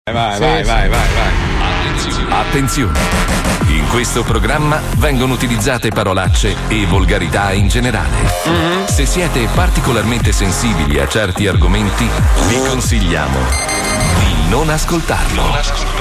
Vai. Attenzione! In questo programma vengono utilizzate parolacce e volgarità in generale. Se siete particolarmente sensibili a certi argomenti, vi consigliamo di non ascoltarlo.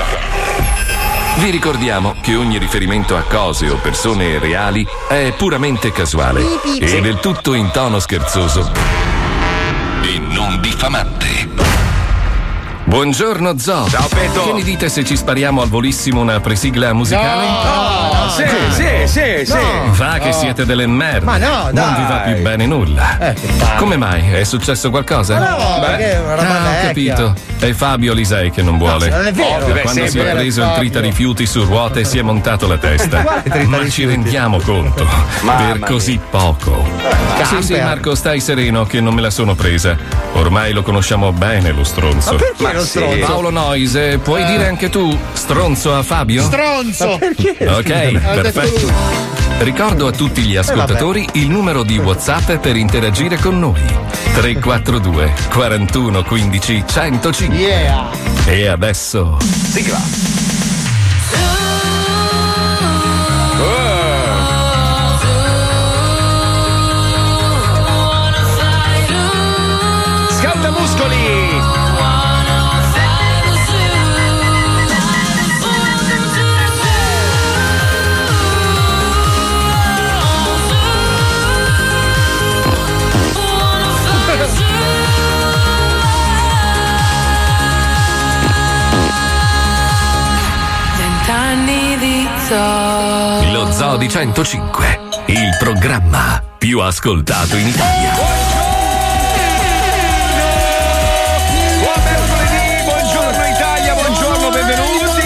Vi ricordiamo che ogni riferimento a cose o persone reali è puramente casuale e del tutto in tono scherzoso e non diffamante. Buongiorno Zoo. Ciao Petto. Che ne dite se ci spariamo al volissimo una presigla musicale? No, sì. No. Va che siete delle merde. Ma no, dai. Non vi va più bene nulla. Come mai? È successo qualcosa? No, perché è una roba ho vecchia. capito. È Fabio Lisei che non vuole. Non è vero. Quando si è preso il tritarifiuti su ruote si è montato la testa. Ma ci rendiamo conto. Per così poco. Sì, Marco, stai sereno che non me la sono presa. Ormai lo conosciamo bene lo stronzo. Ma perché lo stronzo? Paolo Noise, puoi dire anche tu stronzo a Fabio? Stronzo! Perché? Ok, perfetto. Ricordo a tutti gli ascoltatori il numero di WhatsApp per interagire con noi. 342 41 15 105. Yeah! E adesso Sigla. Scaldamuscoli! lo Zoo di 105, il programma più ascoltato in Italia. Buon mercoledì, buongiorno Italia, buongiorno, benvenuti.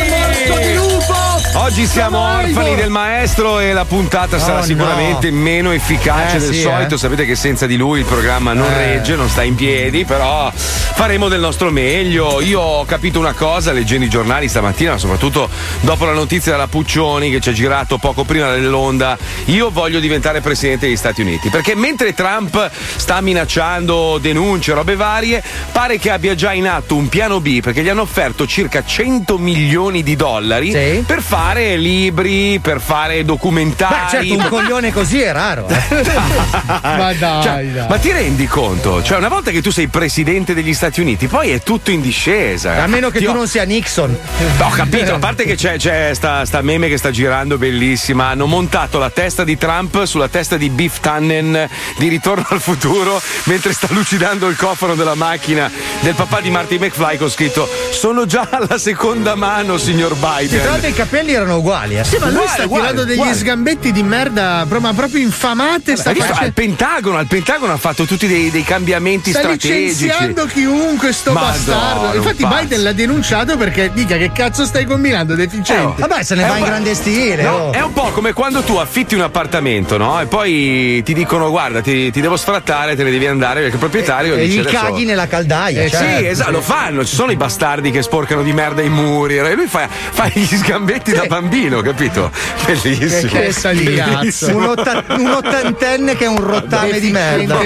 Oggi siamo orfani del maestro e la puntata sarà sicuramente meno efficace del solito. Sapete che senza di lui il programma non regge, non sta in piedi, però faremo del nostro meglio. Io ho capito una cosa leggendo i giornali stamattina, soprattutto dopo la notizia della Puccioni che ci ha girato poco prima dell'onda. Io voglio diventare presidente degli Stati Uniti, perché mentre Trump sta minacciando denunce, robe varie, pare che abbia già in atto un piano B, perché gli hanno offerto circa $100 milioni per fare libri, per fare documentari. Beh, certo, un coglione così è raro. Ma dai, Ma ti rendi conto? Cioè, una volta che tu sei presidente degli Stati Uniti, poi è tutto in discesa. A meno che tu non sia Nixon. Ho capito, a parte che c'è sta meme che sta girando bellissima. Hanno montato la testa di Trump sulla testa di Biff Tannen di Ritorno al futuro, mentre sta lucidando il cofano della macchina del papà di Marty McFly, con scritto: sono già alla seconda mano, signor Biden. Tra l'altro i capelli erano uguali. Sì, ma lui sta tirando degli sgambetti di merda proprio infamate. Al Pentagono ha fatto tutti dei cambiamenti strategici. Sta licenziando chiunque, bastardo. Infatti Biden l'ha denunciato perché dica che cazzo stai combinando, deficiente. Vabbè, se ne va in grande stile. No, è un po' come quando tu affitti un appartamento, no? E poi ti dicono: guarda, ti devo sfrattare, te ne devi andare, perché il proprietario e dice: gli caghi nella caldaia. Sì, esatto, lo fanno. Ci sono i bastardi che sporcano di merda i muri. E lui fa gli sgambetti da bambino, capito? Bellissimo. Che testa di cazzo. Un ottantenne che è un rottame di merda.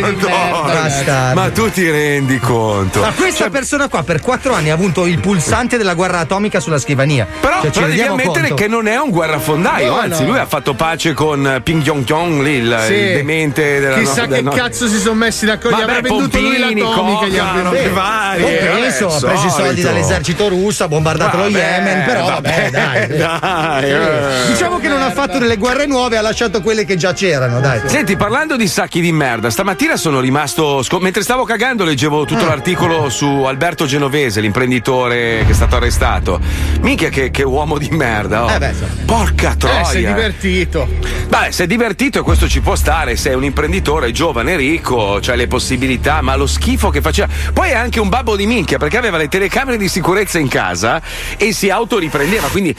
Ma tu ti rendi conto? Ma questa persona qua per 4 anni ha avuto il pulsante della guerra atomica sulla scrivania. Però devi ammettere che non è un guerrafondaio, anzi lui ha fatto pace con Ping Yong lì, il demente della chissà che cazzo si sono messi d'accordo. Gli avrà venduto lui l'atomica, gli avrà penso, ha preso i soldi dall'esercito russo, ha bombardato lo Yemen, però vabbè, dai. Diciamo che non ha fatto delle guerre nuove, ha lasciato quelle che già c'erano, dai. Senti, parlando di sacchi di merda, stamattina sono rimasto mentre stavo cagando leggevo tutto l'articolo su Alberto Genovese, l'imprenditore che è stato arrestato. Minchia che uomo di merda, oh. Porca troia. Sei divertito. Beh, sei divertito e questo ci può stare, sei un imprenditore giovane, ricco, c'hai le possibilità, ma lo schifo che faceva. Poi è anche un babbo di minchia, perché aveva le telecamere di sicurezza in casa e si autoriprendeva, quindi si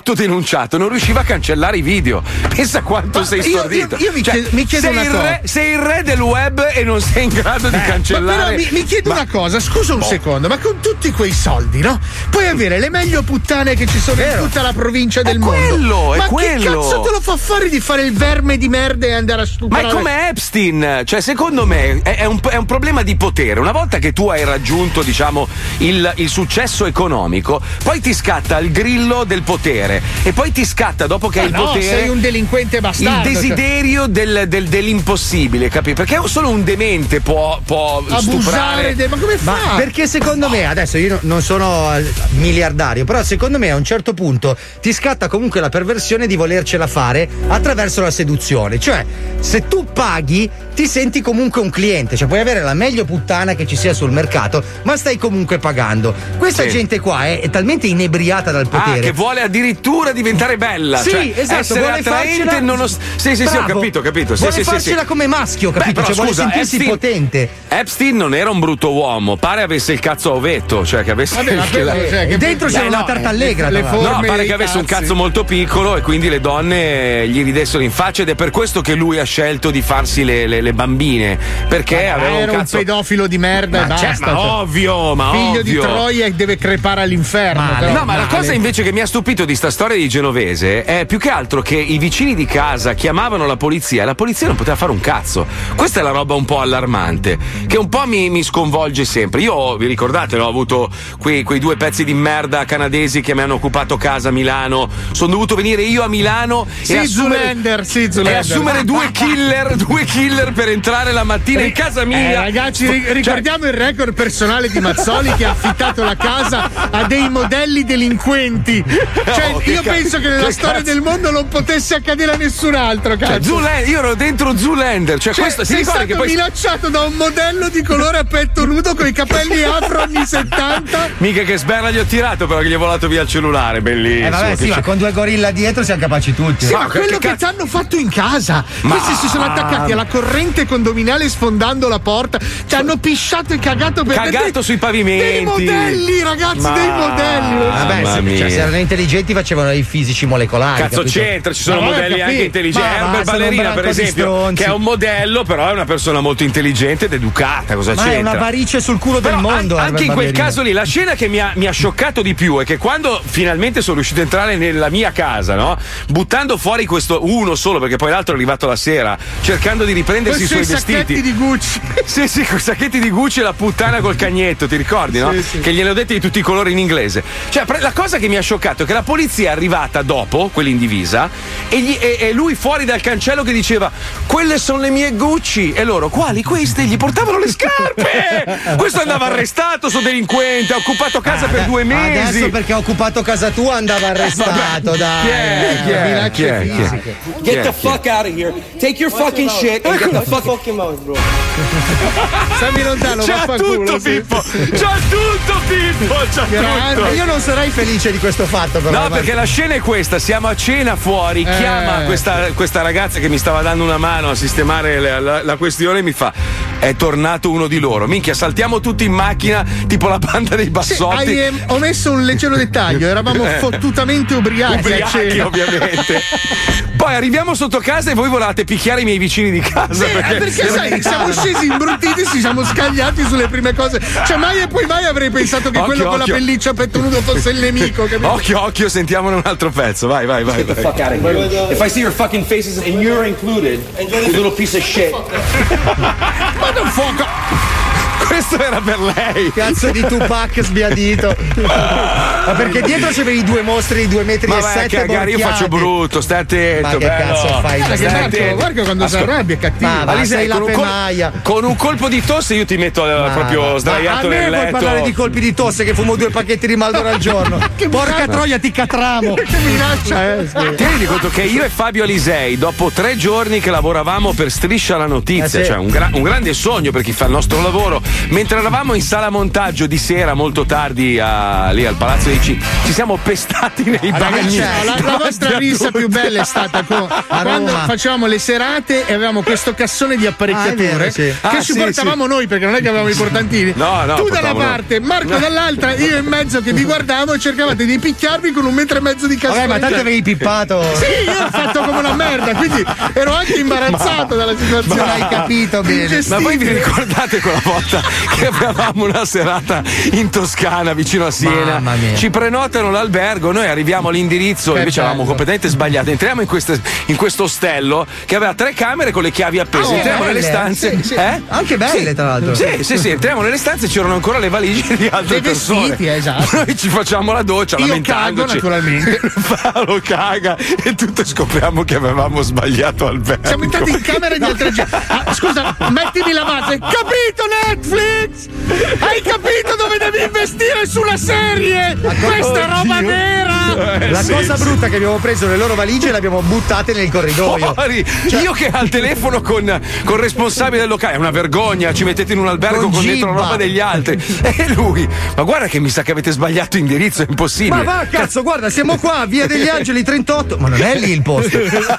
autodenunciato, non riusciva a cancellare i video. Pensa quanto sei stordito. Io mi chiedo una cosa. Sei il re del web e non sei in grado di cancellare. Però mi chiedo una cosa, scusa un secondo, ma con tutti quei soldi, no? Puoi avere le meglio puttane che ci sono in tutta la provincia del mondo. Ma che cazzo te lo fa fare di fare il verme di merda e andare a stuprare? Ma è come Epstein, cioè secondo me è un problema di potere. Una volta che tu hai raggiunto, diciamo, il successo economico, poi ti scatta il grillo del potere e poi ti scatta, dopo che hai il potere, sei un delinquente bastardo, il desiderio dell'impossibile, capi? Perché solo un demente può abusare stuprare. Ma come fa? Ma perché secondo me, adesso io non sono miliardario, però secondo me a un certo punto ti scatta comunque la perversione di volercela fare attraverso la seduzione. Cioè, se tu paghi, ti senti comunque un cliente, cioè puoi avere la meglio puttana che ci sia sul mercato, ma stai comunque pagando. Questa gente qua è talmente inebriata dal potere che vuole addirittura diventare bella. Sì, cioè, esatto, essere vuole attraente farcela. Sì, ho capito. Vuole farcela come maschio, capito? Beh, cioè, vuole sentirsi potente. Epstein non era un brutto uomo, pare avesse il cazzo a ovetto, cioè che avesse e dentro c'era una tartallegra. No, pare che avesse un cazzo molto piccolo e quindi le donne gli ridessero in faccia, ed è per questo che lui ha scelto di farsi le bambine, perché aveva era un pedofilo di merda e basta. Ma ovvio. Figlio di Troia e deve crepare all'inferno. Ma la cosa invece che mi ha stupito di sta storia di Genovese è più che altro che i vicini di casa chiamavano la polizia e la polizia non poteva fare un cazzo. Questa è la roba un po' allarmante, che un po' mi sconvolge sempre. Io, vi ricordate, ho avuto quei due pezzi di merda canadesi che mi hanno occupato casa a Milano. Sono dovuto venire io a Milano e assumere due killer per entrare la mattina in casa mia. Ragazzi, ricordiamo il record personale di Mazzoli che ha affittato la casa a dei modelli delinquenti. Cioè, io penso che nella storia del mondo non potesse accadere a nessun altro. Cazzo. Io ero dentro Zoolander. Questo sei stato minacciato da un modello di colore a petto nudo con i capelli afro anni 70. Mica che sberla gli ho tirato, però che gli è volato via il cellulare. Bellissimo. Vabbè, sì, ma con due gorilla dietro siamo capaci tutti. Sì, ma quello che ti hanno fatto in casa. Questi si sono attaccati alla corrente condominale sfondando la porta. Ti hanno pisciato e cagato sui pavimenti. Dei modelli, ragazzi, dei modelli. Vabbè, se erano intelligenti facevano i fisici molecolari. Cazzo, capito? c'entra, ci sono modelli anche intelligenti. Herbert Ballerina, per esempio, che è un modello, però è una persona molto intelligente ed educata. Cosa c'entra? È una varice sul culo del mondo. Anche in quel caso lì, la scena che mi ha scioccato di più è che quando finalmente sono riuscito a entrare nella mia casa, no? Buttando fuori questo uno solo, perché poi l'altro è arrivato la sera, cercando di riprendersi i suoi vestiti. Sacchetti di Gucci. Sì, con i sacchetti di Gucci e la puttana col cagnetto, ti ricordi, no? Sì. Che gliene ho detti di tutti i colori in inglese. Cioè, la cosa che mi ha scioccato è che la polizia è arrivata dopo, quelli in divisa, e lui fuori dal cancello che diceva: quelle sono le mie Gucci. E loro: quali queste? Gli portavano le scarpe. Questo andava arrestato, sto delinquente, ha occupato casa per 2 mesi. Adesso perché ha occupato casa tua andava arrestato, dai. Chi è? Get the fuck out of here. Take your fucking shit and get the fucking mouth, bro. Stammi lontano, c'ha tutto, Pippo. C'ha tutto. Io non sarei felice di questo fatto, però. No, perché la scena è questa: siamo a cena fuori, chiama questa ragazza che mi stava dando una mano a sistemare la questione e mi fa: è tornato uno di loro. Minchia, saltiamo tutti in macchina tipo la banda dei bassotti. Ho messo un leggero dettaglio, eravamo fottutamente ubriachi, ovviamente. Poi arriviamo sotto casa e voi volate picchiare i miei vicini di casa. Perché sai, siamo scesi imbruttiti, ci siamo scagliati sulle prime cose. Cioè, mai avrei pensato che quello con la pelliccia a petto nudo fosse il nemico. Capito? Occhio, sentiamone un altro pezzo. Vai. Get the fuck out of here. If I see your fucking faces and you're included, you little piece of shit. Motherfucker! Questo era per lei. Cazzo di Tupac sbiadito. Ma perché dietro c'avevi 2 mostri di 2,7 metri. Ma vai a cagare, io faccio brutto, stai attento. Ma che cazzo fai? Guarda che quando si arrabbia è cattivo. Ma sei la con un colpo di tosse io ti metto proprio sdraiato nel letto. Puoi parlare di colpi di tosse che fumo 2 pacchetti di Marlboro al giorno. Porca troia, ti catramo. Che minaccia è? Ti rendi conto che io e Fabio Alisei, dopo 3 giorni che lavoravamo per Striscia la Notizia, cioè un grande sogno per chi fa il nostro lavoro, mentre eravamo in sala montaggio di sera molto tardi lì al Palazzo dei ci siamo pestati nei bagni. La vostra rissa più bella è stata quando facevamo le serate e avevamo questo cassone di apparecchiature che ci portavamo noi, perché non è che avevamo i portantini. Tu dalla parte, Marco dall'altra, io in mezzo che vi guardavo e cercavate di picchiarvi con 1,5 metri di cassone. Ma tanto avevi pippato. Sì, io ho fatto come una merda, quindi ero anche imbarazzato dalla situazione. Hai capito bene. Ma voi vi ricordate quella volta che avevamo una serata in Toscana vicino a Siena? Ci prenotano l'albergo, noi arriviamo all'indirizzo, invece avevamo completamente sbagliato. Entriamo in questo ostello che aveva 3 camere con le chiavi appese. Entriamo nelle stanze. Anche belle, tra l'altro. Sì, entriamo nelle stanze, c'erano ancora le valigie di altre persone. Vestiti, esatto. Noi ci facciamo la doccia, io lamentandoci. Cago, naturalmente. Lo caga e tutto scopriamo che avevamo sbagliato albergo. Siamo entrati in camera di altre gente. Scusa, mettimi la base. Capito, Netflix? Hai capito dove devi investire sulla serie? Questa è roba vera. La cosa brutta è che abbiamo preso le loro valigie e le abbiamo buttate nel corridoio. Io che al telefono con il responsabile del locale, è una vergogna, ci mettete in un albergo con dentro la roba degli altri. E lui, ma guarda che mi sa che avete sbagliato indirizzo, è impossibile. Ma va, cazzo, guarda, siamo qua, via degli Angeli 38. Ma non è lì il posto.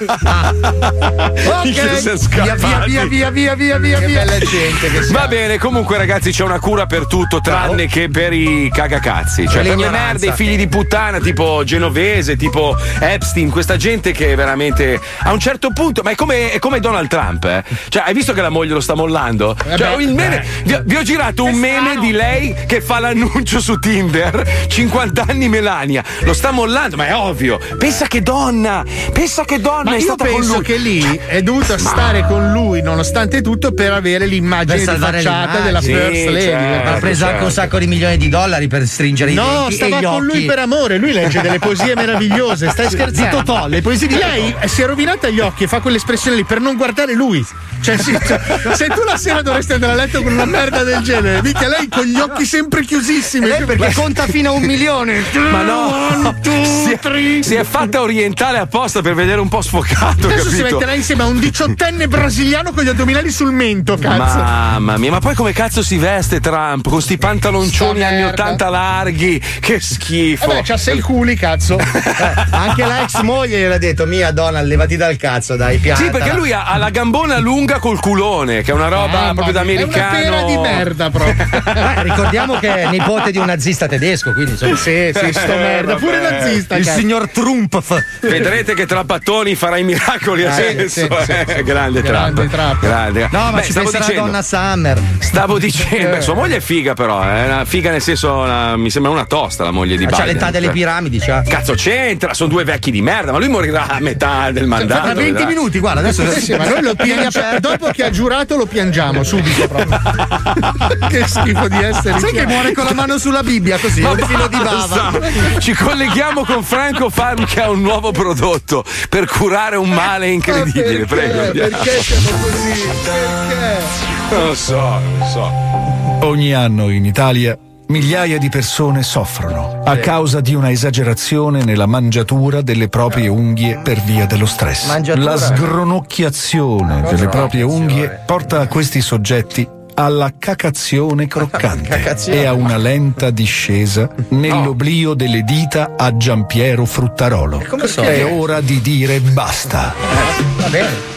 Via. Che bella gente che va bene, comunque ragazzi, c'è una cura per tutto tranne che per i cagacazzi, cioè per le merde, i figli di puttana tipo Genovese, tipo Epstein, questa gente che veramente a un certo punto, ma è come Donald Trump, cioè hai visto che la moglie lo sta mollando? Vi ho girato un meme di lei che fa l'annuncio su Tinder, 50 anni Melania, lo sta mollando, ma è ovvio, pensa che donna ma è stata con lui. Penso che lì è dovuta stare con lui nonostante tutto per avere l'immagine di facciata della First Lady. Ha preso anche un sacco di milioni di dollari per stringere i denti. No, stava con lui per amore, lui legge delle poesie meravigliose, stai scherzando? Di Totò, le poesie di lei si è rovinata gli occhi e fa quell'espressione lì per non guardare lui. Cioè, se tu la sera dovresti andare a letto con una merda del genere, mica lei con gli occhi sempre chiusissimi. Lei perché conta fino a 1 milione. Ma no, si è fatta orientale apposta per vedere un po' sfocato. Adesso capito? Si metterà insieme a un 18enne brasiliano con gli addominali sul mento, cazzo. Mamma mia, ma poi come cazzo si veste Trump? Con sti pantalonconi anni 80 larghi, che schifo. Vabbè, c'ha 6 culi, cazzo. Anche la ex moglie gliel'ha detto: Mia Donald, levati dal cazzo, dai, pianta. Sì, perché lui ha la gambona lunga col culone, che è una roba proprio da americano. È una pera di merda proprio. Ricordiamo che è nipote di un nazista tedesco, quindi sì, sto merda, pure nazista. Il signor Trump. Vedrete che tra pattoni farà i miracoli adesso. Grande Trump. Grande. No, ma ci penserà donna Summer. Stavo dicendo, sua moglie è figa, però, è una figa nel senso, mi sembra una tosta la moglie di Biden. C'ha l'età delle piramidi, Cazzo c'entra, sono 2 vecchi di merda, ma lui morirà a metà del mandato. Tra 20 minuti, guarda, adesso ma noi lo piangiamo. Dopo che ha giurato lo piangiamo subito proprio. Che schifo di essere. Sai che muore con la mano sulla Bibbia così, un filo di bava. Ci colleghiamo con Franco Farm che ha un nuovo prodotto per curare un male incredibile. Prego. Perché siamo così? Perché? Non lo so. Ogni anno in Italia migliaia di persone soffrono a causa di una esagerazione nella mangiatura delle proprie unghie per via dello stress. La sgronocchiazione delle proprie unghie porta a questi soggetti alla cacazione croccante e a una lenta discesa nell'oblio delle dita a Giampiero Fruttarolo. È ora di dire basta. Va bene.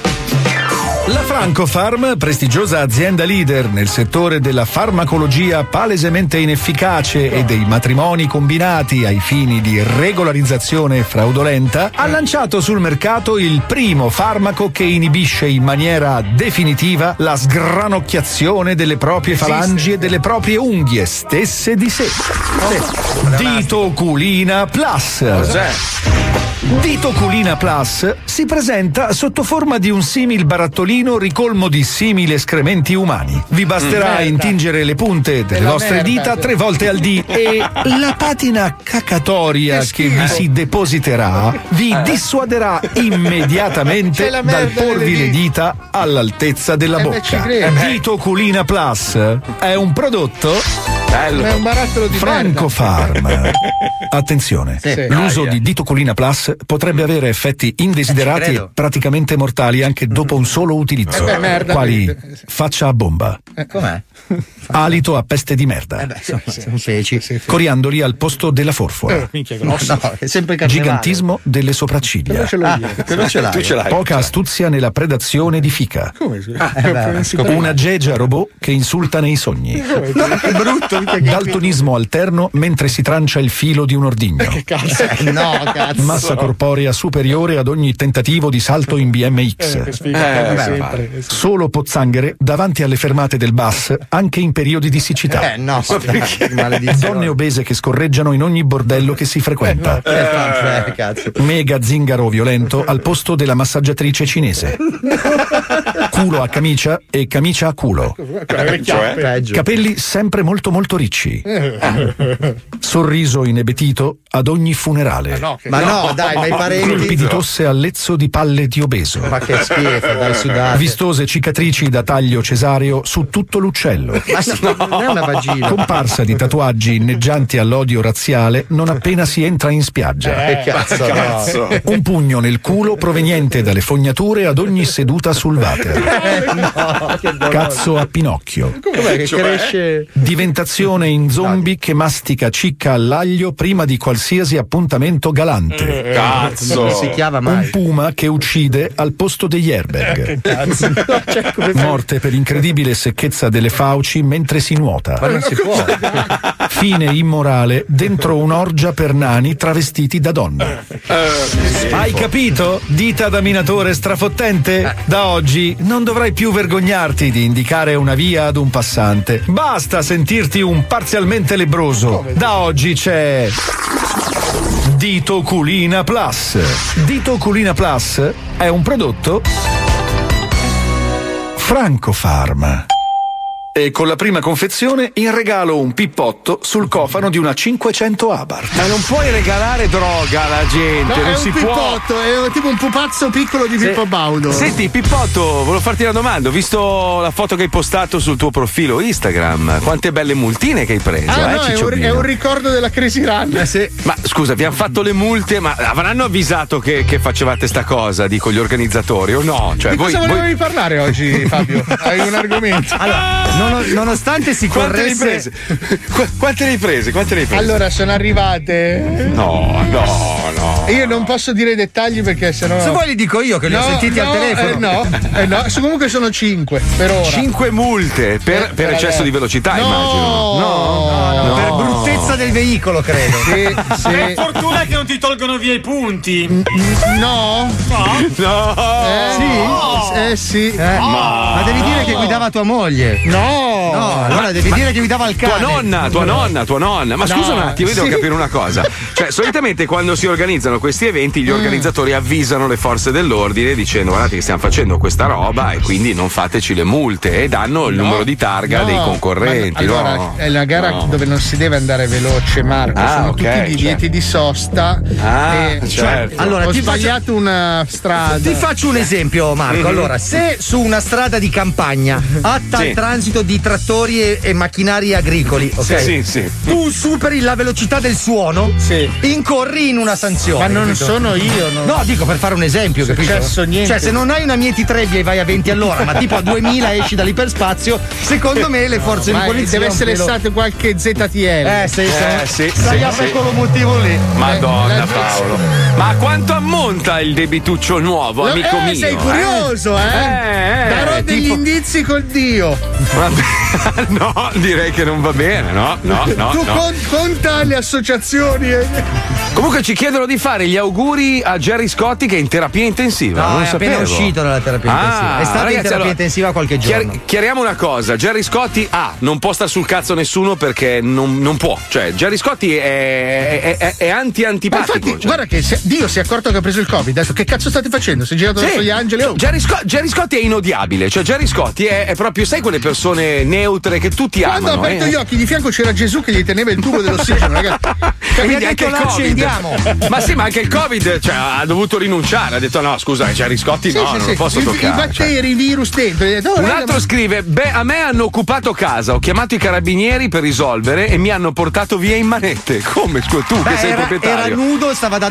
La Francofarm, prestigiosa azienda leader nel settore della farmacologia palesemente inefficace e dei matrimoni combinati ai fini di regolarizzazione fraudolenta, ha lanciato sul mercato il primo farmaco che inibisce in maniera definitiva la sgranocchiazione delle proprie falangi e delle proprie unghie stesse di sé. Ditoculina Plus. Cos'è? Ditoculina Plus si presenta sotto forma di un simil barattolino ricolmo di simili escrementi umani. Vi basterà intingere le punte delle vostre dita 3 volte al dì e la patina cacatoria che vi si depositerà vi dissuaderà immediatamente dal porvi le dita all'altezza della bocca. Ditoculina Plus è un prodotto bello. È un barattolo di Francofarm. Attenzione, l'uso di Ditoculina Plus potrebbe avere effetti indesiderati e praticamente mortali anche dopo un solo utilizzo, quali faccia a bomba, Com'è? Alito a peste di merda. Sono feci. Coriandoli al posto della forfora. Minchia, grosso. No, è sempre carnevale. Gigantismo delle sopracciglia. Ce l'ho io. Quello ce l'hai. Tu ce l'hai. Poca astuzia nella predazione di fica. Come? Una gegia robot che insulta nei sogni. Che brutto. Daltonismo alterno mentre si trancia il filo di un ordigno. Che cazzo. No, cazzo. Massa corporea superiore ad ogni tentativo di salto in BMX. Che sfiga, sempre. Solo pozzanghere davanti alle fermate del bus anche in periodi di siccità. No, maledizione. Donne obese che scorreggiano in ogni bordello che si frequenta. Cazzo. Mega zingaro violento al posto della massaggiatrice cinese. Culo a camicia e camicia a culo. Peggio. Capelli sempre molto molto ricci. Sorriso inebetito ad ogni funerale. Ma no, dai, ma i Colpi parenti. di tosse al lezzo di palle di obeso. Ma che schifo, dai, sudate. Vistose cicatrici da taglio cesareo su tutto l'uccello. Ma non è una vagina. Comparsa di tatuaggi inneggianti all'odio razziale non appena si entra in spiaggia. Che cazzo, no. Un pugno nel culo proveniente dalle fognature ad ogni seduta sul water. Cazzo a Pinocchio. Com'è che cresce? Diventazione in zombie che mastica cicca all'aglio prima di qualsiasi appuntamento galante. Non si chiama mai. Un puma che uccide al posto degli airbag. Cioè, come Morte per incredibile secchezza delle fauci mentre si nuota. Ma non si può. Fine immorale dentro un'orgia per nani travestiti da donna. Hai capito? Dita da minatore strafottente? Da oggi non dovrai più vergognarti di indicare una via ad un passante. Basta sentirti un parzialmente lebbroso. Da oggi c'è Dito Culina Plus. Dito Culina Plus è un prodotto Francofarm. E con la prima confezione in regalo un pippotto sul cofano di una 500 Abarth. Ma non puoi regalare droga alla gente, No, non è si un può. pippotto, è tipo un pupazzo piccolo di Pippo Baudo. Senti, Pippotto, volevo farti una domanda. Ho visto la foto che hai postato sul tuo profilo Instagram. Quante belle multine che hai preso, no, è Cicciolino? un ricordo della Crazy Run. Ma scusa, vi hanno fatto le multe, ma avranno avvisato che facevate sta cosa, dico, gli organizzatori, o no? Cioè, Di cosa volevi parlare oggi, Fabio? Hai un argomento. Allora, nonostante si corresse. Quante ne hai prese? Allora, sono arrivate. No. Io non posso dire i dettagli perché sennò. Se vuoi li dico io che li ho sentiti al telefono. No. Comunque sono 5 per ora. 5 multe per eccesso di velocità, immagino. No, per bruttezza del veicolo, credo. Sì. Per fortuna che non ti tolgono via i punti. No. Sì. Ma devi dire che guidava tua moglie. No, allora devi dire che guidava il cane. Tua nonna. Ma scusa un attimo, io devo capire una cosa. Cioè, solitamente quando si organizzano questi eventi, gli organizzatori avvisano le forze dell'ordine dicendo: guardate che stiamo facendo questa roba e quindi non fateci le multe, e danno il numero di targa dei concorrenti. Allora, è la gara dove non si deve andare veloce, Marco. Sono tutti divieti di sosta. Certo. Allora, ho sbagliato una strada. Ti faccio un esempio, Marco. Allora, se su una strada di campagna atta al transito di trattori e macchinari agricoli, ok? Sì. Tu superi la velocità del suono, incorri in una sanzione. Ma non capito? sono io. No, dico per fare un esempio, Non è capito? successo niente. Cioè, se non hai una Mieti Trebbia e vai a 20 all'ora, ma tipo a 2000 esci dall'ipersspazio, secondo me le forze di polizia. Deve essere stato qualche ZTL. Sai a per quello motivo lì. Madonna, Paolo. Ma quanto ammonta il debituccio nuovo, amico mio? Sei curioso, Darò degli indizi col Dio. Vabbè, no, direi che non va bene, no. Tu conta le associazioni. Comunque ci chiedono di fare gli auguri a Gerry Scotti che è in terapia intensiva. No, non è sapevo. appena uscito dalla terapia intensiva. È stato ragazzi, in terapia intensiva qualche giorno. Chiariamo una cosa: Gerry Scotti non può star sul cazzo nessuno perché non può. Cioè, Gerry Scotti è antipatico. Infatti, guarda che Dio si è accorto che ha preso il Covid. Adesso che cazzo state facendo? Si è girato verso gli angeli. Gerry Scotti è inodiabile. Cioè, Gerry Scotti è proprio, sai, quelle persone neutre che tutti amano. Quando ha aperto gli occhi, di fianco c'era Gesù che gli teneva il tubo dell'ossigeno, ragazzi. Quindi anche il Covid. Accendiamo. Ma sì, ma anche il Covid, cioè, ha dovuto rinunciare. Ha detto: no, scusa, Gerry Scotti, non lo posso toccare. I batteri, i virus dentro. Un altro scrive: a me hanno occupato casa, ho chiamato i carabinieri per risolvere e mi hanno portato via in manette. Come? Scusa, tu che sei il proprietario. Era nudo, stava dando fuoco ai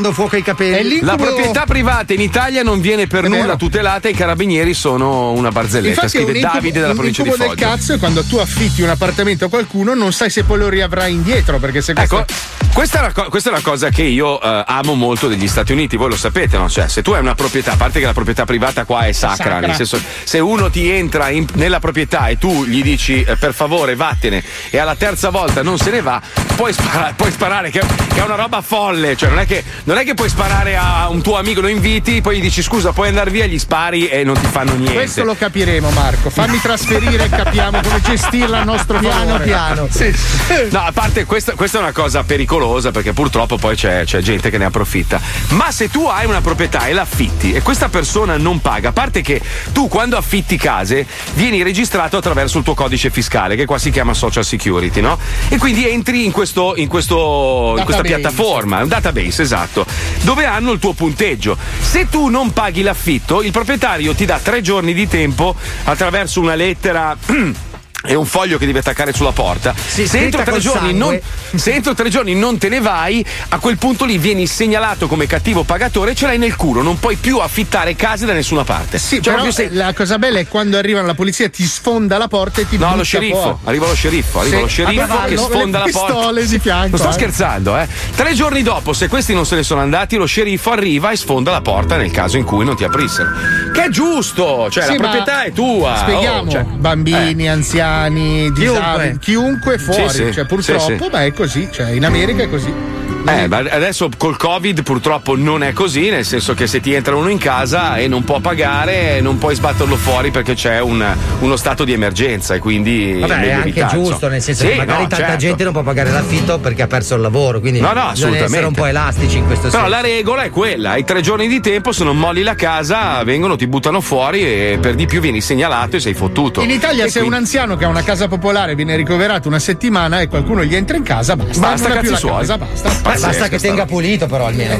capelli. La proprietà privata in Italia non viene per nulla tutelata e i carabinieri sono una barzelletta. Infatti scrive Davide della provincia di Foggia. Del cazzo è quando tu affitti un appartamento a qualcuno, non sai se poi lo riavrai indietro, perché se questo... Ecco, questa è una cosa che io amo molto degli Stati Uniti, voi lo sapete, no? Cioè, se tu hai una proprietà, a parte che la proprietà privata qua è sacra. Nel senso, se uno ti entra nella proprietà e tu gli dici per favore vattene e alla terza volta non se ne va, puoi sparare che è una roba folle. Cioè non è che puoi sparare a un tuo amico, lo inviti, poi gli dici scusa puoi andare via, gli spari e non ti fanno niente. Questo lo capiremo, Marco, fammi trasferire e capiamo come gestirla a nostro favore. Piano. Sì. No, a parte questa è una cosa pericolosa, perché purtroppo poi c'è gente che ne approfitta. Ma se tu hai una proprietà e l'affitti e questa persona non paga, a parte che tu quando affitti case vieni registrato attraverso il tuo codice fiscale, che qua si chiama Social Security, no? E quindi entri in questa piattaforma, un database, esatto, dove hanno il tuo punteggio. Se tu non paghi l'affitto, il proprietario ti dà 3 giorni di tempo attraverso una lettera è un foglio che devi attaccare sulla porta. Se entro 3 giorni non te ne vai, a quel punto lì vieni segnalato come cattivo pagatore e ce l'hai nel culo, non puoi più affittare case da nessuna parte. Sì, cioè, però la cosa bella è quando arriva la polizia, ti sfonda la porta e ti butta lo sceriffo, fuori. arriva lo sceriffo che sfonda la porta. Di fianco, non sto scherzando, 3 giorni dopo, se questi non se ne sono andati, lo sceriffo arriva e sfonda la porta nel caso in cui non ti aprissero. Che è giusto, cioè la proprietà è tua. Spieghiamo, bambini, anziani, disabili, chiunque fuori, sì, cioè purtroppo, ma è così, cioè in America è così. Adesso col Covid purtroppo non è così, nel senso che se ti entra uno in casa e non può pagare, non puoi sbatterlo fuori perché c'è uno stato di emergenza e quindi vabbè, è anche giusto, nel senso che magari tanta gente non può pagare l'affitto perché ha perso il lavoro, quindi bisogna essere un po' elastici in questo senso. Però la regola è quella, hai 3 giorni di tempo, se non molli la casa vengono, ti buttano fuori e per di più vieni segnalato e sei fottuto. In Italia se un anziano che ha una casa popolare viene ricoverato una settimana e qualcuno gli entra in casa, basta cazzi suoi. Basta che tenga pulito, però almeno.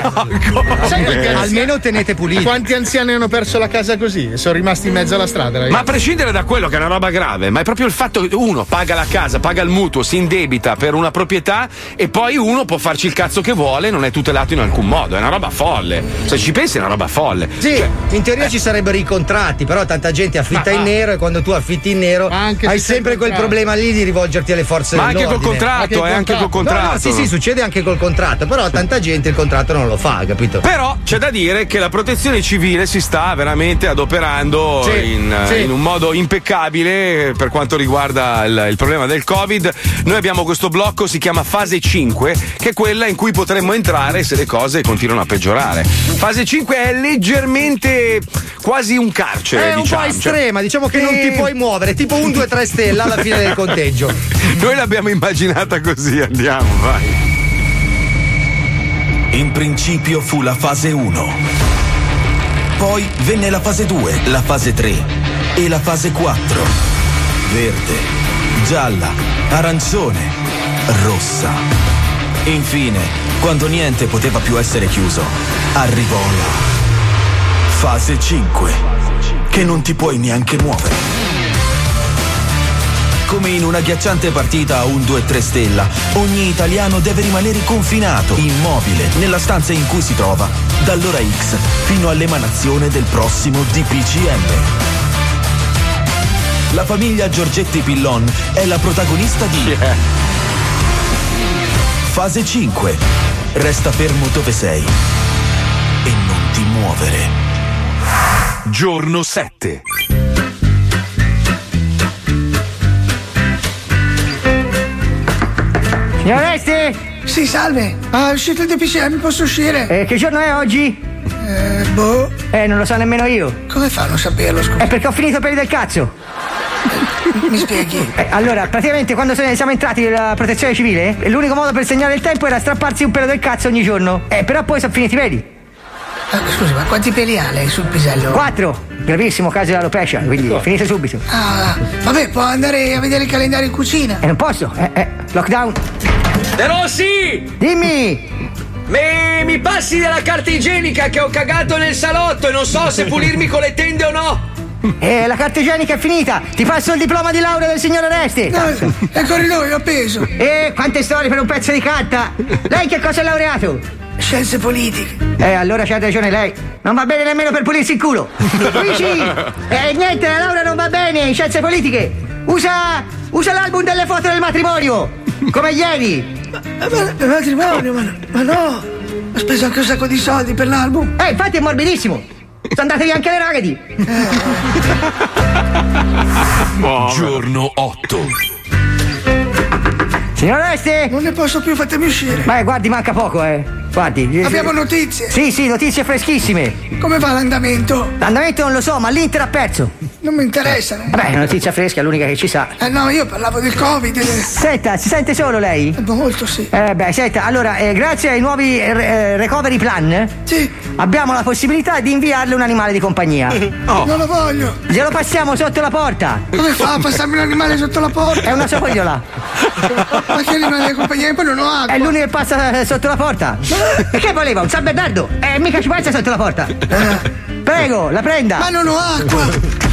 Almeno tenete pulito. Quanti anziani hanno perso la casa così e sono rimasti in mezzo alla strada, ragazzi? Ma a prescindere da quello che è una roba grave, ma è proprio il fatto che uno paga la casa, paga il mutuo, si indebita per una proprietà e poi uno può farci il cazzo che vuole, non è tutelato in alcun modo. È una roba folle. Se ci pensi è una roba folle. Sì, in teoria ci sarebbero i contratti, però tanta gente affitta in nero e quando tu affitti in nero hai sempre quel problema lì di rivolgerti alle forze dell'ordine. Ma anche col contratto, anche col contratto. No, sì, succede anche col contratto, però tanta gente il contratto non lo fa, capito? Però c'è da dire che la protezione civile si sta veramente adoperando in un modo impeccabile per quanto riguarda il problema del Covid. Noi abbiamo questo blocco, si chiama fase 5, che è quella in cui potremmo entrare se le cose continuano a peggiorare. Fase 5 è leggermente quasi un carcere, è un po' estrema, diciamo che non ti puoi muovere, tipo un 2-3 stelle alla fine del conteggio. Noi l'abbiamo immaginata così, andiamo, vai. In principio fu la fase 1, poi venne la fase 2, la fase 3 e la fase 4. Verde, gialla, arancione, rossa. Infine, quando niente poteva più essere chiuso, arrivò la fase 5, che non ti puoi neanche muovere. Come in una ghiacciante partita a un 2-3 stella, ogni italiano deve rimanere confinato, immobile, nella stanza in cui si trova, dall'ora X fino all'emanazione del prossimo DPCM. La famiglia Giorgetti Pillon è la protagonista di Fase 5. Resta fermo dove sei e non ti muovere. Giorno 7. Signor Resti? Sì, salve. È uscito il DPCM, posso uscire? Che giorno è oggi? Non lo so nemmeno io. Come fa a non saperlo, scusa? È perché ho finito per del cazzo. Mi spieghi? Allora, praticamente quando siamo entrati nella protezione civile, l'unico modo per segnare il tempo era strapparsi un pelo del cazzo ogni giorno. Però poi sono finiti i peli. Scusi, ma quanti peli ha lei sul pisello? 4. Gravissimo caso di alopecia, quindi finite subito. Vabbè, può andare a vedere il calendario in cucina. Non posso, lockdown. De Rossi! Dimmi! Mi passi della carta igienica che ho cagato nel salotto e non so se pulirmi con le tende o no. La carta igienica è finita. Ti passo il diploma di laurea del signor Resti. No, è il corridoio, appeso. Quante storie per un pezzo di carta. Lei che cosa è laureato? Scienze politiche. Allora c'ha ragione lei. Non va bene nemmeno per pulirsi il culo. Luigi! Niente, la laurea non va bene in scienze politiche. Usa l'album delle foto del matrimonio. Come ieri. Ma il matrimonio, ma no. Ho speso anche un sacco di soldi per l'album. Infatti è morbidissimo. Sono andate via anche le ragazzi. Giorno 8. Signor Oreste? Non ne posso più, fatemi uscire. Beh, guardi, manca poco, Guardi. Abbiamo notizie? Sì, notizie freschissime. Come va l'andamento? L'andamento non lo so, ma l'Inter ha perso. Non mi interessano. Vabbè, è una notizia fresca, è l'unica che ci sa. No, io parlavo del Covid. Senta, si sente solo lei? Molto, sì. Senta, allora, grazie ai nuovi recovery plan, sì, abbiamo la possibilità di inviarle un animale di compagnia. Non lo voglio. Glielo passiamo sotto la porta. Come fa a passarmi un animale sotto la porta? È una sogliola. Ma che animale di compagnia? Poi non ho acqua. È l'unico che passa sotto la porta. Che voleva? Un San Bernardo? Mica ci passa sotto la porta. Prego, la prenda. Ma non ho acqua.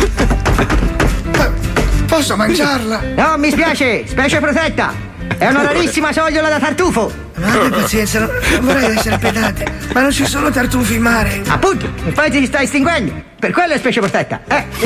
Posso mangiarla? No, mi spiace, specie protetta. È una rarissima sogliola da tartufo. Ma abbi pazienza, non vorrei essere pedante, ma non ci sono tartufi in mare. Appunto, poi ti sta estinguendo. Per quello è specie protetta.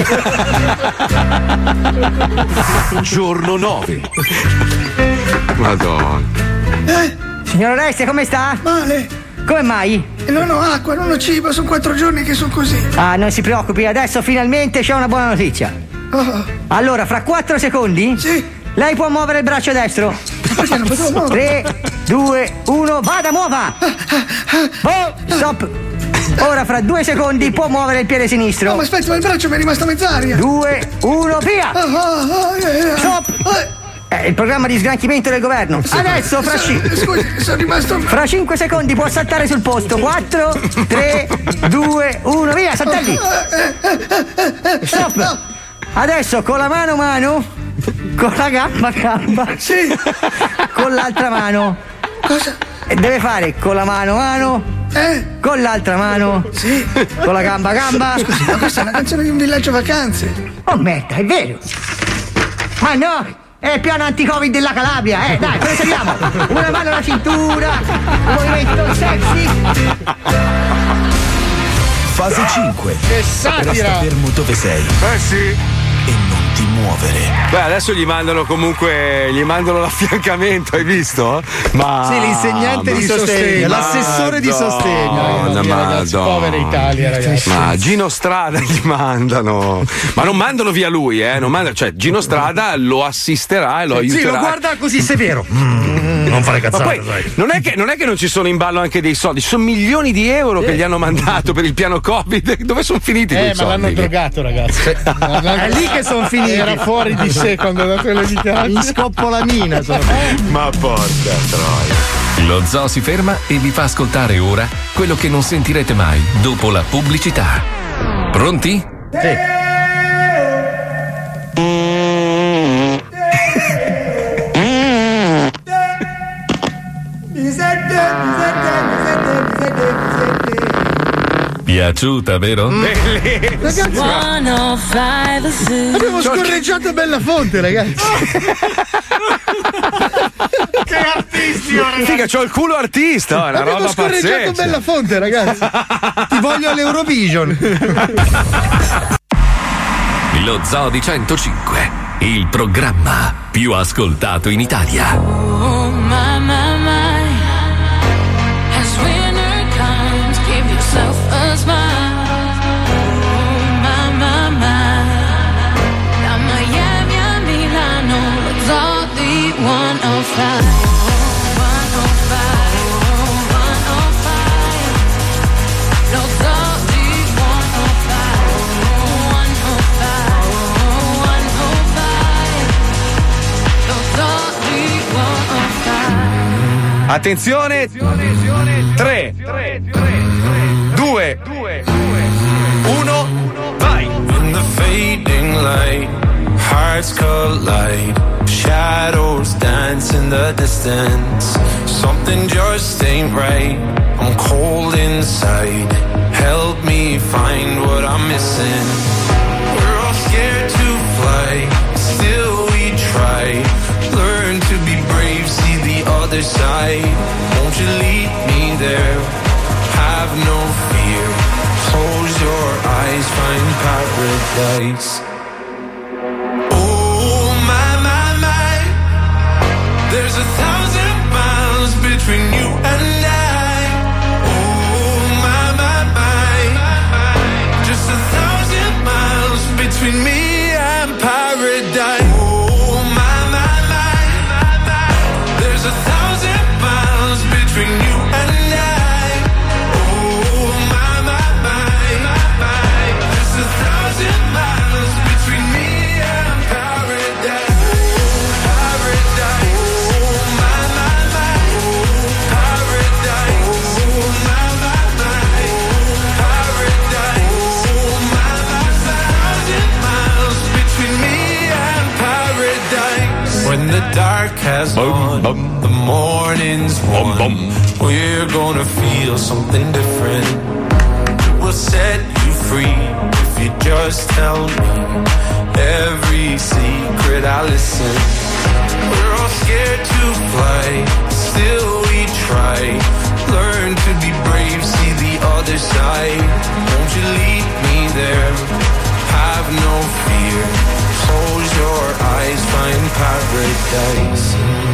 Giorno 9. Madonna. Signor Oreste, come sta? Male. Come mai? Non ho acqua, non ho cibo, sono 4 giorni che sono così. Non si preoccupi, adesso finalmente c'è una buona notizia. Allora, fra 4 secondi? Sì. Lei può muovere il braccio destro. Perché non potevo muovere? 3, 2, 1, vada, muova! Stop! Ora fra 2 secondi può muovere il piede sinistro. No, ma aspetta, ma il braccio mi è rimasto a mezz'aria. 2, 1, via! Stop! È il programma di sgranchimento del governo. Adesso scusi, sono rimasto. Fra 5 secondi può saltare sul posto. 4, 3, 2, 1, via, saltelli! Stop! Adesso con la mano, con la gamba. Sì. Con l'altra mano. Cosa? Deve fare con la mano. Con l'altra mano. Sì. Con la gamba. Scusi, ma questa è una canzone di un villaggio vacanze. Oh merda, è vero. Ma no! È il piano anti-Covid della Calabria, dai, proseguiamo. Una mano alla cintura, un movimento sexy. Fase 5. Che satira! Resta fermo dove sei. Sì. E non ti muovere. Beh, adesso gli mandano l'affiancamento, hai visto? Ma sì, l'insegnante di sostegno, l'assessore di sostegno. Ragazzi, povera Italia, ragazzi. Ma Gino Strada gli mandano. Ma non mandano via lui, cioè Gino Strada lo assisterà e lo aiuterà. Sì, lo guarda così severo. Non fare cazzate, poi, non è che non ci sono in ballo anche dei soldi, ci sono milioni di euro che gli hanno mandato per il piano Covid. Dove sono finiti quei soldi? Ma l'hanno drogato, ragazzi. È lì che sono finiti. Era fuori di sé quando ha dato le dichiarazioni. In scoppolamina. Ma porca troia. Lo Zoo si ferma e vi fa ascoltare ora quello che non sentirete mai dopo la pubblicità. Pronti? Sì. Piaciuta, vero? Ragazzi, abbiamo scorreggiato Bellafonte, ragazzi. Che artisti ora! Figa, c'ho il culo artista, è una abbiamo roba scorreggiato pazzesca. Bellafonte, ragazzi. Ti voglio all'Eurovision. Lo Zoo di 105, il programma più ascoltato in Italia. Oh, my, my, my. As winter comes, give yourself a smile. Oh, my, my, my. Da Miami a Milano, lo Zoo di 105. Attenzione, 3, 2, 1, vai! In the fading light, hearts collide, shadows dance in the distance. Something just ain't right, I'm cold inside. Help me find what I'm missing. We're all scared to fly, still we try. Learn to be brave, see the other side. Won't you lead me there. Have no fear. Close your eyes, find paradise. Oh my, my, my. There's 1,000 miles between you and I. Oh my, my, my. Just 1,000 miles between me and paradise. Oh my, my, my. There's 1,000 miles between you and I. Oh my, my, my. Just 1,000 miles between me and paradise. Paradise. Oh my, my, my. Paradise. Oh my, my, my. Paradise. Oh my, my, my. 1,000 miles between me and paradise. When the dark has gone, the morning's won. We're gonna feel something different. We'll set you free if you just tell me every secret. I listen. We're all scared to fly, still we try. Learn to be brave, see the other side. Won't you lead me there? Have no fear. Close your eyes, find paradise.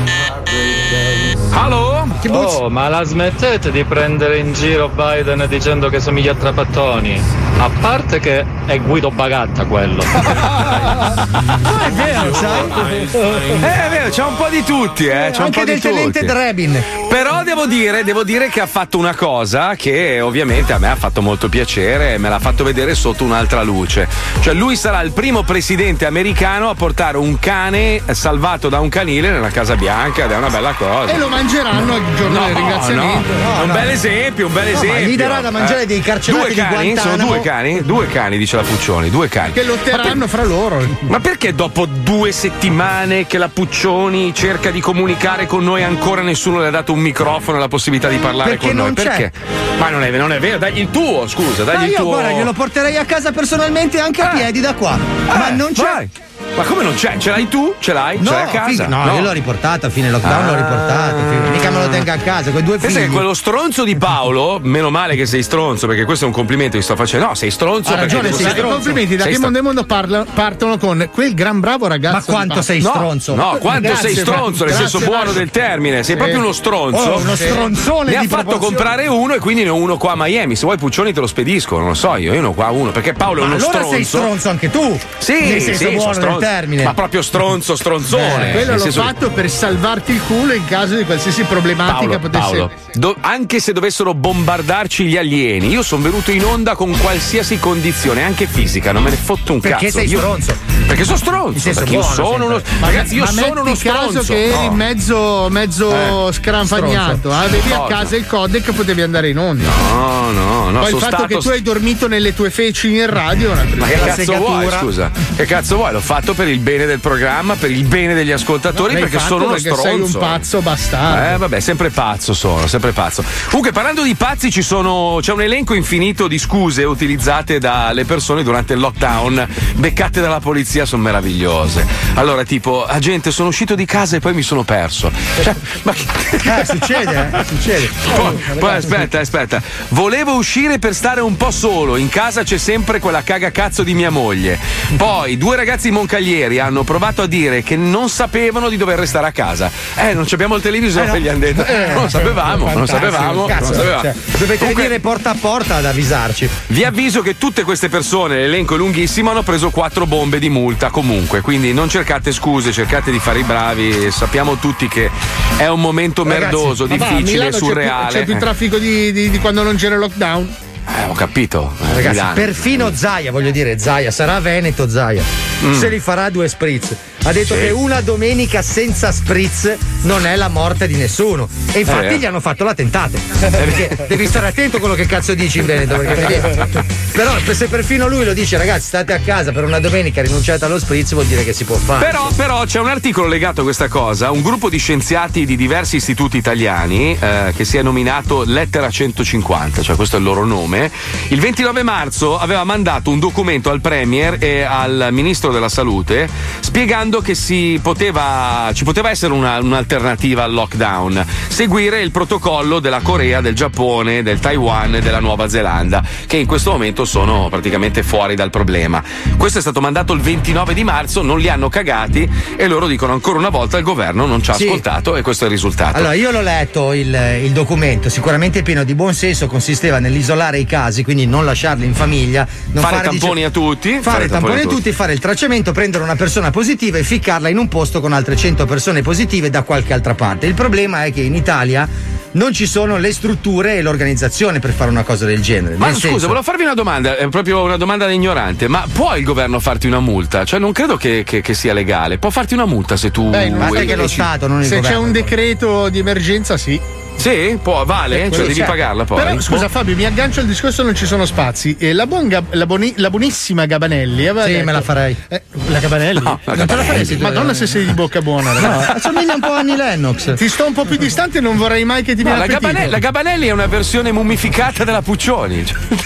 Allo? Oh, ma la smettete di prendere in giro Biden dicendo che somiglia a Trapattoni? A parte che è Guido Bagatta quello. È vero, sai? È vero, c'è un po' di tutti, c'è un anche po' del di tutti. tenente Drebin. Però devo dire che ha fatto una cosa che ovviamente a me ha fatto molto piacere e me l'ha fatto vedere sotto un'altra luce. Cioè lui sarà il primo presidente americano a portare un cane salvato da un canile nella Casa Bianca ed è una bella cosa. E lo mangeranno il giorno del ringraziamento. No, un bel esempio, un bel esempio. Gli darà da mangiare dei carcerati due cani, di Guantanamo. Sono due cani, dice la Puccioni, 2 cani. Che lotteranno fra loro. Ma perché dopo 2 settimane che la Puccioni cerca di comunicare con noi ancora nessuno le ha dato un microfono e la possibilità di parlare Perché con noi? non c'è. Perché? Ma non è vero, dagli il tuo, scusa, dagli il io tuo. guarda, glielo porterei a casa personalmente anche a piedi da qua. Ma non c'è. Vai. Ma come non c'è? Ce l'hai tu? Ce l'hai? No, Ce l'hai a casa? no, io l'ho riportata a fine lockdown, l'ho riportata. Mica me lo tenga a casa, con 2 figli. Pensa che quello stronzo di Paolo, meno male che sei stronzo, perché questo è un complimento che sto facendo. No, sei stronzo. Ha ragione, perché sei complimenti da Che Mondo e Mondo partono con quel gran bravo ragazzo. Ma quanto sei stronzo? No, quanto Grazie, sei stronzo, nel senso buono del termine. Sei proprio uno stronzo. Uno stronzone. Mi ha fatto comprare uno e quindi ne ho uno qua a Miami. Se vuoi Puccioni te lo spedisco, non lo so io ne ho qua uno. Perché Paolo è uno allora stronzo. Sei stronzo anche tu. Sì, nel senso buono sono del termine. Ma proprio stronzone. Quello l'ho fatto per salvarti il culo in caso di qualsiasi problematica potesse. Anche se dovessero bombardarci gli alieni, io sono venuto in onda con qualsiasi condizione, anche fisica, non me ne fotto un perché cazzo. Sei stronzo. Perché sono stronzo. Perché io sono uno. Ragazzi, io sono uno stronzo. caso che eri mezzo scranfagnato, avevi a casa il codec, potevi andare in onda. No. Poi il fatto che tu hai dormito nelle tue feci in radio, ma che cazzo vuoi, scusa? Che cazzo vuoi? L'ho fatto per il bene del programma, per il bene degli ascoltatori, perché sono uno stronzo. Sei un pazzo bastardo. Vabbè, sempre pazzo sono, sempre pazzo. Comunque, parlando di pazzi, c'è un elenco infinito di scuse utilizzate dalle persone durante il lockdown, beccate dalla polizia, sono meravigliose. Allora, tipo, agente, sono uscito di casa e poi mi sono perso. Cioè, ma succede. Poi aspetta. Volevo uscire per stare un po' solo. In casa c'è sempre quella cagacazzo di mia moglie. Poi 2 ragazzi moncaglieri hanno provato a dire che non sapevano di dover restare a casa. Non abbiamo il televisore, gli hanno detto. Non sapevamo. Cioè, dovete venire porta a porta ad avvisarci. Vi avviso che tutte queste persone, l'elenco è lunghissimo, hanno preso 4 bombe di multa comunque. Quindi non cercate scuse, cercate di fare i bravi. Sappiamo tutti che è un momento merdoso, difficile, surreale. C'è più traffico di quando non c'era lockdown. Ho capito. Ragazzi, perfino Zaia, voglio dire, Zaia, sarà Veneto Zaia. Se li farà 2 spritz. Ha detto che una domenica senza spritz non è la morte di nessuno. E infatti gli hanno fatto l'attentate. Perché devi stare attento a quello che cazzo dici in Veneto. Però se perfino lui lo dice, ragazzi, state a casa per una domenica, rinunciate allo spritz, vuol dire che si può fare. Però c'è un articolo legato a questa cosa. Un gruppo di scienziati di diversi istituti italiani che si è nominato Lettera 150, cioè questo è il loro nome. Il 29 marzo aveva mandato un documento al Premier e al Ministro della Salute spiegando credo che ci poteva essere un'alternativa al lockdown, seguire il protocollo della Corea, del Giappone, del Taiwan e della Nuova Zelanda, che in questo momento sono praticamente fuori dal problema. Questo è stato mandato il 29 di marzo, non li hanno cagati e loro dicono ancora una volta il governo non ci ha ascoltato e questo è il risultato. Allora, io l'ho letto il documento, sicuramente pieno di buon senso, consisteva nell'isolare i casi, quindi non lasciarli in famiglia, non fare tamponi a tutti, fare tamponi a tutti, fare il tracciamento, prendere una persona positiva e ficcarla in un posto con altre 100 persone positive da qualche altra parte. Il problema è che in Italia non ci sono le strutture e l'organizzazione per fare una cosa del genere. Ma scusa, volevo farvi una domanda, è proprio una domanda da ignorante, ma può il governo farti una multa? Cioè non credo che sia legale, può farti una multa se tu basta che lo Stato, non il se governo. C'è un decreto di emergenza, sì. Sì, può, vale, cioè devi pagarla poi. Però scusa Fabio, mi aggancio al discorso, non ci sono spazi. E la buonissima Gabanelli aveva detto, me la farei. La Gabanelli? No, non te la faresti? Madonna se sei di bocca buona, ragazzi. No, somiglia un po' a Annie Lennox. Ti sto un po' più distante e non vorrei mai che ti viene appetito. La Gabanelli è una versione mummificata della Puccioni.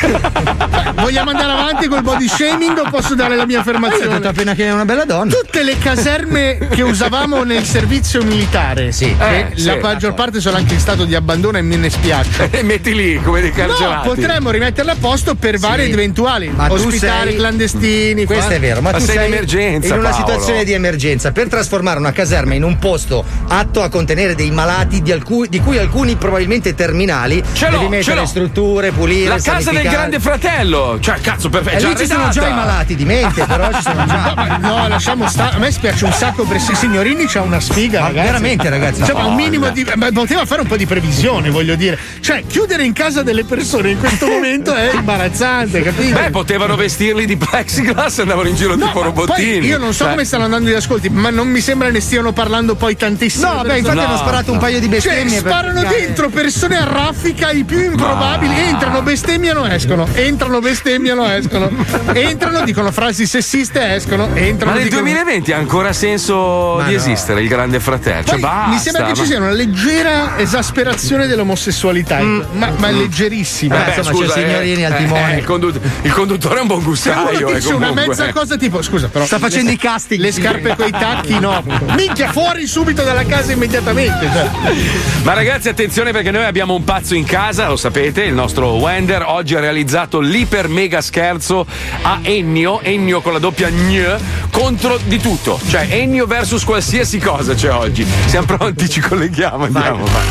Vogliamo andare avanti col body shaming o posso dare la mia affermazione? Ho detto appena che è una bella donna. Tutte le caserme che usavamo nel servizio militare, la maggior parte sono anche in stato di abbandono e me ne spiace. E metti lì come dei carcerati. No, potremmo rimetterle a posto per vari ed eventuali. Ma ospitare clandestini. Questo è vero, ma tu sei in emergenza, in una Paolo. situazione di emergenza. Per trasformare una caserma in un posto atto a contenere dei malati di cui alcuni probabilmente terminali, devi mettere strutture, pulire. La casa del Grande Fratello. Cioè, cazzo, perfetto. Lì ci sono già i malati di mente, però ci sono già. No, lasciamo stare. A me spiace un sacco per Signorini, c'ha una sfiga, ma ragazzi. veramente, ragazzi. Cioè, un minimo di. Ma poteva fare un po' di previsione, voglio dire. Cioè, chiudere in casa delle persone in questo momento è imbarazzante, capito? Beh, potevano vestirli di plexiglass e andavano in giro tipo robottini. Poi io non so come stanno andando gli ascolti, ma non mi sembra ne stiano parlando poi tantissimo. No, beh, infatti hanno sparato un paio di bestemmie. Cioè, sparano dentro persone a raffica, i più improbabili. Entrano, bestemmiano, escono. Entrano, bestemmiano, escono. Entrano, dicono frasi sessiste, escono. Entrano. Ma nel 2020 ha ancora senso di esistere il Grande Fratello? Cioè, mi sembra che ci sia una leggera esasperazione dell'omosessualità, ma leggerissima. Insomma, scusa, c'è Signorini al timone. Il conduttore è un buon gustaio. Dice una mezza cosa tipo, scusa, però sta facendo i casting. Le scarpe coi tacchi, no. Minchia, fuori subito dalla casa immediatamente. Cioè. Ma ragazzi, attenzione perché noi abbiamo un pazzo in casa, lo sapete, il nostro Wender oggi ha realizzato l'iper mega scherzo a Ennio con la doppia gn contro di tutto. Cioè Ennio versus qualsiasi cosa c'è oggi. Siamo pronti, ci colleghiamo, andiamo. Vai.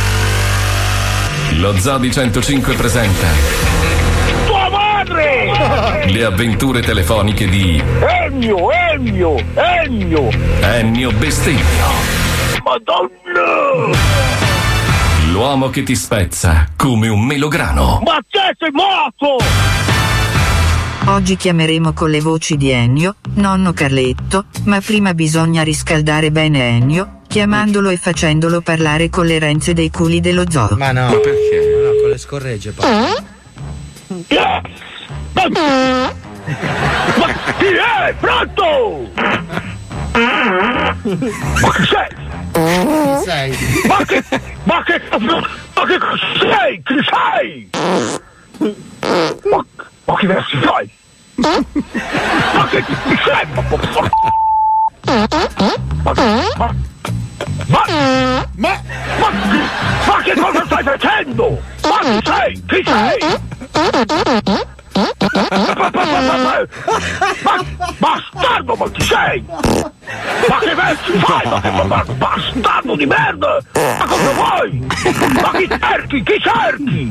Lo Zoo di 105 presenta Tua madre! Le avventure telefoniche di Ennio bestemmio. Madonna! L'uomo che ti spezza come un melograno. Ma te sei morto! Oggi chiameremo con le voci di Ennio, nonno Carletto, ma prima bisogna riscaldare bene Ennio, chiamandolo e facendolo parlare con le renze dei culi dello zoo. Ma no, perché? No, con le scorregge, Ma chi è? Pronto? Ma chi sei? Ma che sei? Chi sei? Ma che versi fai? Ma che chi sei? Ma che cosa stai facendo? Ma chi sei? Chi sei? Bastardo, ma chi sei? Ma che versi fai? Ma bastardo di merda! Ma cosa vuoi? Ma chi cerchi? Chi cerchi?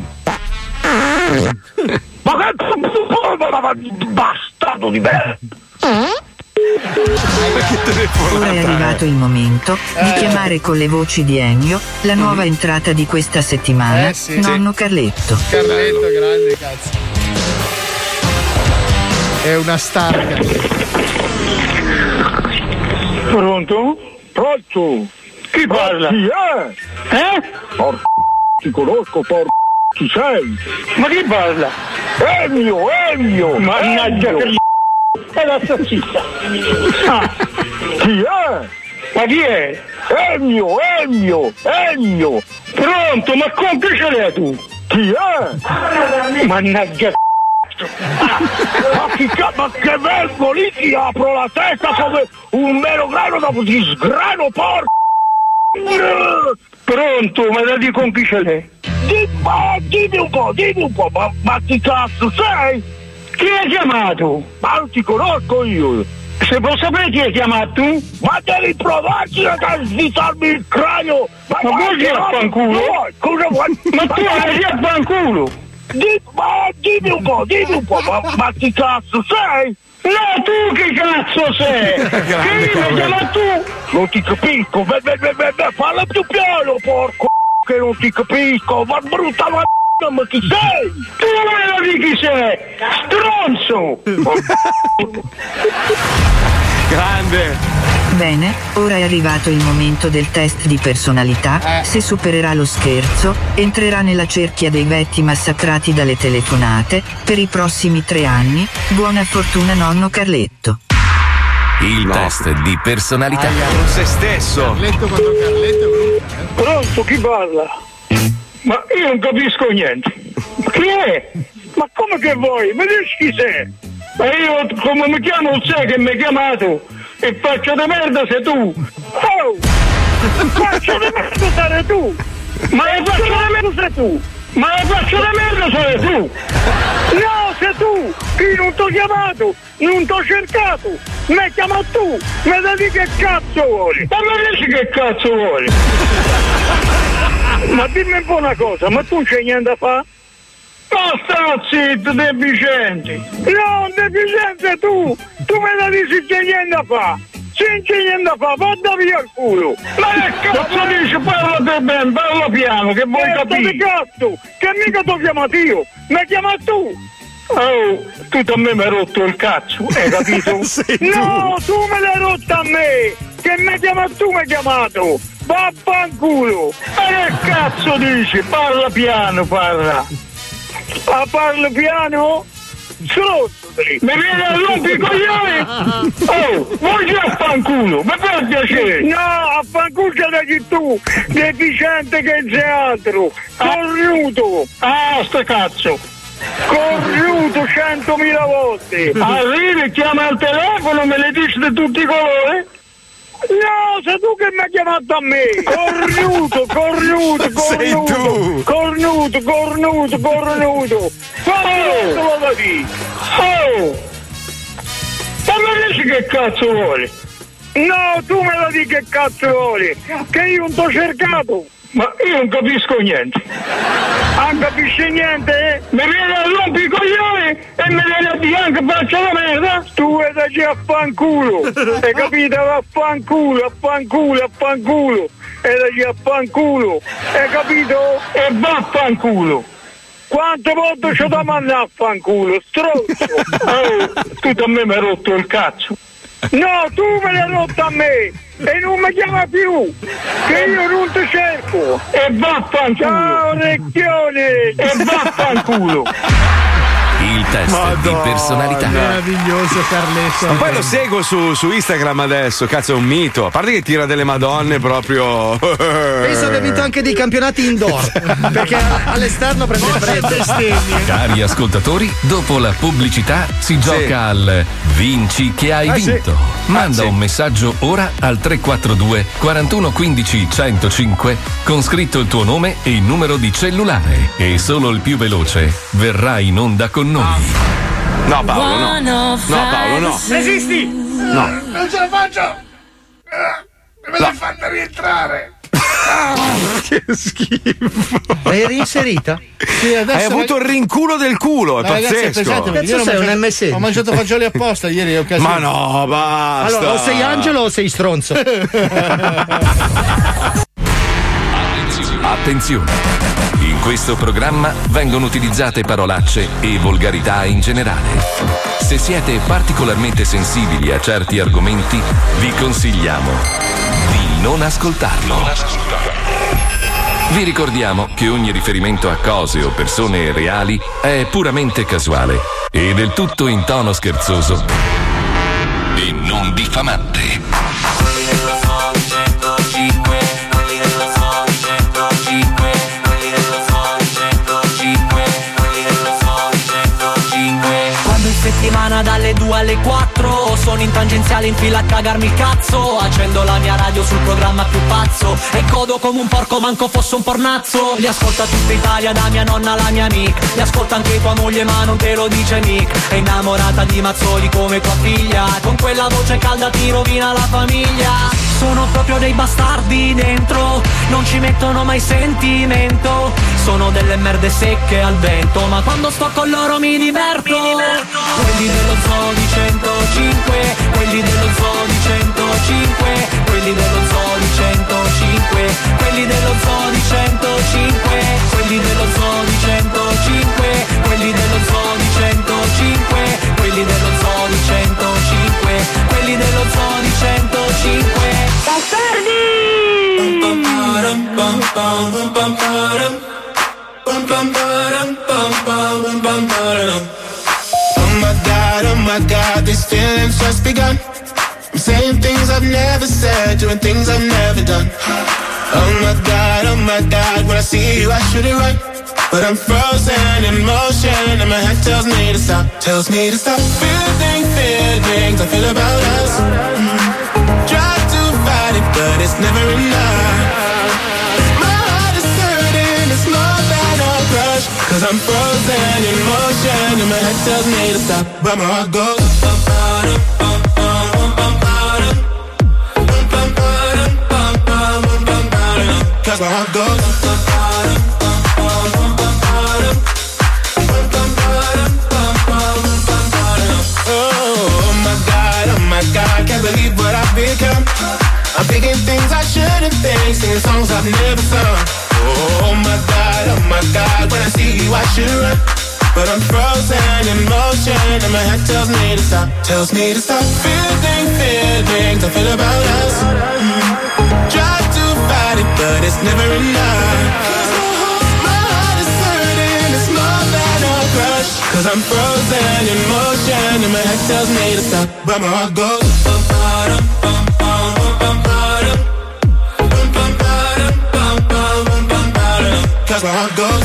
Ma che bastardo di merda! Ora è arrivato il momento di chiamare con le voci di Ennio la nuova entrata di questa settimana, nonno Carletto. Carletto, grande cazzo. È una star. Pronto? Pronto? Chi parla? Chi è? Ti conosco, chi sei? Ma chi parla? Ennio! Mannaggia che è la salsiccia! Chi è? Ma chi è? Ennio! Pronto, ma con che ce l'hai tu? Chi è? Mannaggia ma Ma che verbo, lì ti apro la testa come un melograno dopo ti sgrano, porco! Pronto, ma da di con chi ce l'è? Dimmi un po', ma chi cazzo sei? Chi hai chiamato? Ma non ti conosco io. Se può sapere chi hai chiamato? Ma devi provarci a svizzarmi il cranio! Ma vuoi a fanculo? Cosa vuoi? Ma tu vai a fanculo! Dimmi un po', ma chi cazzo sei? No, tu che cazzo sei? Che io mi chiamo tu? Non ti capisco, parla più piano, porco, che non ti capisco, ma brutta ma chi sei? Tu me lo di chi sei? Stronzo! Grande! Bene, ora è arrivato il momento del test di personalità. Se supererà lo scherzo, entrerà nella cerchia dei vecchi massacrati dalle telefonate per i prossimi 3 anni. Buona fortuna, nonno Carletto. Il test di personalità. Con se stesso. Carletto contro Carletto. Pronto, chi parla? Ma io non capisco niente. Chi è? Ma come che vuoi? Mi dici chi sei? Ma io come mi chiamo sai che mi hai chiamato e faccio di merda sei tu. Oh! Faccio di merda sei tu. Ma la faccio di merda sei tu. Ma la faccio di merda sei tu. No, sei tu. Io non t'ho chiamato, non t'ho cercato. Mi hai chiamato tu. Mi devi che cazzo vuoi? Ma mi dici che cazzo vuoi? Ma dimmi un po' una cosa, ma tu c'hai niente da fare? Ma sta zitto, deficiente! No, deficiente tu! Tu me la dici c'è niente da fare! Se non c'è niente da fare, vada via il culo! Ma che cazzo dici? Parla bene, parla piano, che vuoi capire? Che cazzo? Che mica t'ho chiamato io! Mi hai chiamato tu! Oh, tu da me mi hai rotto il cazzo, hai capito? No, tu me l'hai rotto a me! Che mi hai chiamato tu, mi hai chiamato! Vaffanculo! Ma che cazzo dici? Parla piano, parla! Ah, parlo piano? Strozzoli! Mi viene a rompere i coglioni! Oh, vuoi che affanculo? Ma per piacere! No, affanculo ce l'hai tu! Deficiente che c'è altro! Cornuto! Ah, sto cazzo! Cornuto 100.000 volte! Arrivi, chiama al telefono, me le dici di tutti i colori? No, sei tu che mi hai chiamato a me! Cornuto! Sei tu! Cornuto! Quando lo dici? Oh! Ma mi dici che cazzo vuole? No, tu me lo dici che cazzo vuole! Che io non t'ho cercato! Ma io non capisco niente! Non capisci niente, eh? Mi viene a rompere i coglioni e mi viene a dire anche faccio la merda! Tu vai da a fanculo! Hai capito? Affanculo! E da a fanculo! Hai capito? E vaffanculo! Quante volte ci da mandare a fanculo? Stronzo! Oh, tu da me mi hai rotto il cazzo! No, tu me l'hai rotto a me! E non mi chiama più! Che io non ti cerco! E vaffanculo! Ciao orecchione! E vaffanculo! Il test di personalità. Meraviglioso Carletto. Ma poi lo seguo su Instagram adesso, cazzo è un mito. A parte che tira delle madonne proprio. Penso abbia vinto anche dei campionati indoor. Perché all'esterno prende freddo. Cari ascoltatori, dopo la pubblicità si gioca al Vinci che hai vinto. Sì. Manda un messaggio ora al 342 41 15 105 con scritto il tuo nome e il numero di cellulare. E solo il più veloce verrà in onda con noi. No Paolo, no. No Paolo, no. Resisti! No. Non ce la faccio! Me l'hai fatta rientrare! Che schifo! L'hai reinserita? Sì, adesso hai avuto il rinculo del culo, è pazzesco. Cazzo sei un MS16? Ho mangiato fagioli apposta ieri, Ma no, basta. Allora, o sei angelo o sei stronzo. Attenzione! In questo programma vengono utilizzate parolacce e volgarità in generale. Se siete particolarmente sensibili a certi argomenti, vi consigliamo di non ascoltarlo. Vi ricordiamo che ogni riferimento a cose o persone reali è puramente casuale e del tutto in tono scherzoso e non diffamante. Settimana da dalle 2 alle 4. Sono in tangenziale in fila a cagarmi il cazzo. Accendo la mia radio sul programma più pazzo e godo come un porco manco fosse un pornazzo. Li ascolta tutta Italia, da mia nonna alla mia amica. Li ascolta anche tua moglie ma non te lo dice mica. È innamorata di Mazzoli come tua figlia. Con quella voce calda ti rovina la famiglia. Sono proprio dei bastardi dentro, non ci mettono mai sentimento. Sono delle merde secche al vento, ma quando sto con loro mi diverto. Quelli dello Zoo di 105, quelli dello Zoo di 105, quelli dello Zoo di 105, quelli dello Zoo di 105, quelli dello Zoo di 105, quelli dello Zoo di 105, quelli dello Zoo di 105, quelli dello Zoo di 105. Oh my God, these feelings just begun. I'm saying things I've never said, doing things I've never done. Oh my God, when I see you I should it right. But I'm frozen in motion and my head tells me to stop. Tells me to stop feeling feelings I feel about us. Try to fight it but it's never enough. My heart is hurting, it's more than a crush. Cause I'm frozen in motion and my head tells me to stop. But my heart goes cause my heart goes. Oh my God, can't believe what I've become. I'm thinking things I shouldn't think, singing songs I've never sung. Oh my God, when I see you I should run. But I'm frozen in motion and my head tells me to stop. Tells me to stop feeling feelings I feel about us. Try to fight it but it's never enough. My heart is hurting, it's more than a crush. Cause I'm frozen in motion and my head tells me to stop. But my heart goes cause my heart goes.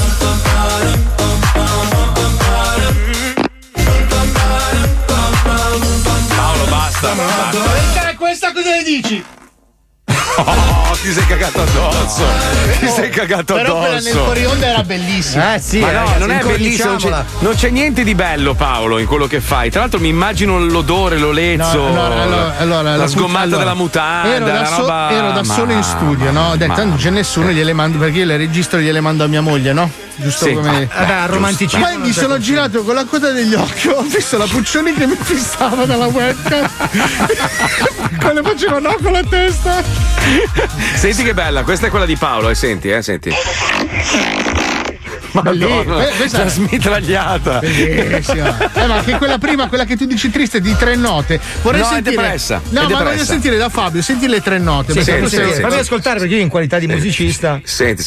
Paolo, basta. E questa cosa ne dici? Oh, ti sei cagato addosso. Ti sei cagato addosso. Però quella nel fuori onda era bellissima. Sì, ma no, ragazzi, non è bellissimo. Non c'è niente di bello, Paolo, in quello che fai. Tra l'altro mi immagino l'odore, l'olezzo, la sgommata della mutanda. Ero da solo in studio, no? Ho detto, non c'è nessuno, gliele mando perché io le registro e gliele mando a mia moglie, no? Giusto sì. come. romanticismo. Poi mi sono girato con la coda degli occhi, ho visto la Puccioni che mi fissava dalla webcam. Quando facevo no con la testa. Senti che bella, questa è quella di Paolo, senti. Madonna, la smitragliata. Bellissima. Ma anche quella prima, quella che tu dici triste, di 3 note. Vorrei sentire. È depressa. No, ma voglio sentire da Fabio, senti le 3 note. Sì, fammi ascoltare perché io in qualità di musicista. Senti.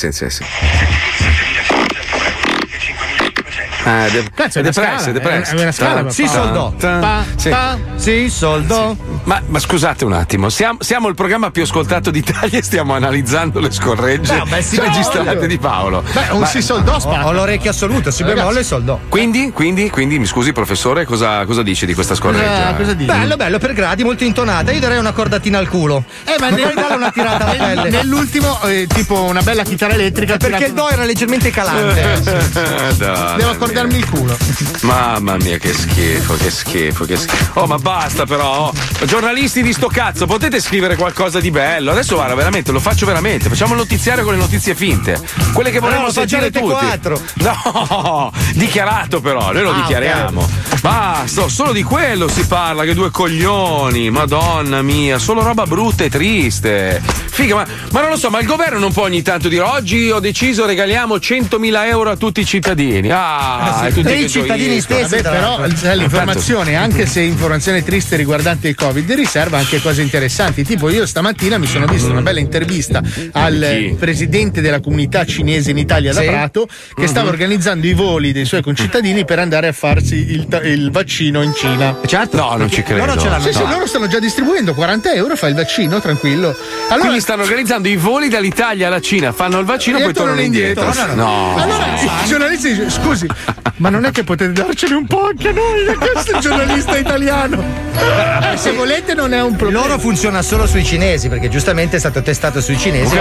Cazzo, è depressa. È una scala. Si soldò. Si soldò. Ma scusate un attimo, siamo il programma più ascoltato d'Italia e stiamo analizzando le scorregge registrate di Paolo. Beh, si soldò spacca. Ho l'orecchia assoluta, si bemolle e soldò. Quindi, mi scusi professore, cosa dice di questa scorreggia? Cosa dici? Bello per gradi, molto intonata. Io darei una cordatina al culo. Ma non puoi darle una tirata alla pelle. Nell'ultimo, tipo una bella chitarra elettrica. Perché il do era leggermente calante. Devo accordarmi il culo. Mamma mia, che schifo. Oh, ma basta però. Giornalisti di sto cazzo, potete scrivere qualcosa di bello? Adesso guarda, veramente, lo faccio veramente. Facciamo il notiziario con le notizie finte. Quelle che vorremmo sentire tutti. 4. No, dichiarato però, noi lo dichiariamo. Okay. Basta, solo di quello si parla, che 2 coglioni. Madonna mia, solo roba brutta e triste. Figa, ma non lo so, ma il governo non può ogni tanto dire oggi ho deciso regaliamo 100.000 euro a tutti i cittadini. E i cittadini stessi. Però l'informazione, anche se informazione triste riguardante il Covid, riserva anche cose interessanti. Tipo io stamattina mi sono visto una bella intervista al presidente della comunità cinese in Italia da Prato, che stava organizzando i voli dei suoi concittadini per andare a farsi il vaccino in Cina. Certo. No, non ci credo. Sì, loro stanno già distribuendo 40 euro, fai il vaccino, tranquillo. Allora, quindi stanno organizzando i voli dall'Italia alla Cina, fanno il vaccino e poi tornano indietro. No. Allora i giornalisti dicono, scusi, Ma non è che potete darcene un po' anche a noi? Questo è il giornalista italiano. Se volete non è un problema. Loro funziona solo sui cinesi, perché giustamente è stato testato sui cinesi.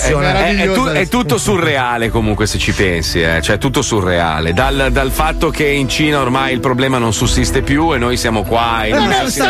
È tutto surreale comunque, se ci pensi, cioè tutto surreale. Dal fatto che in Cina ormai il problema non sussiste più e noi siamo qua in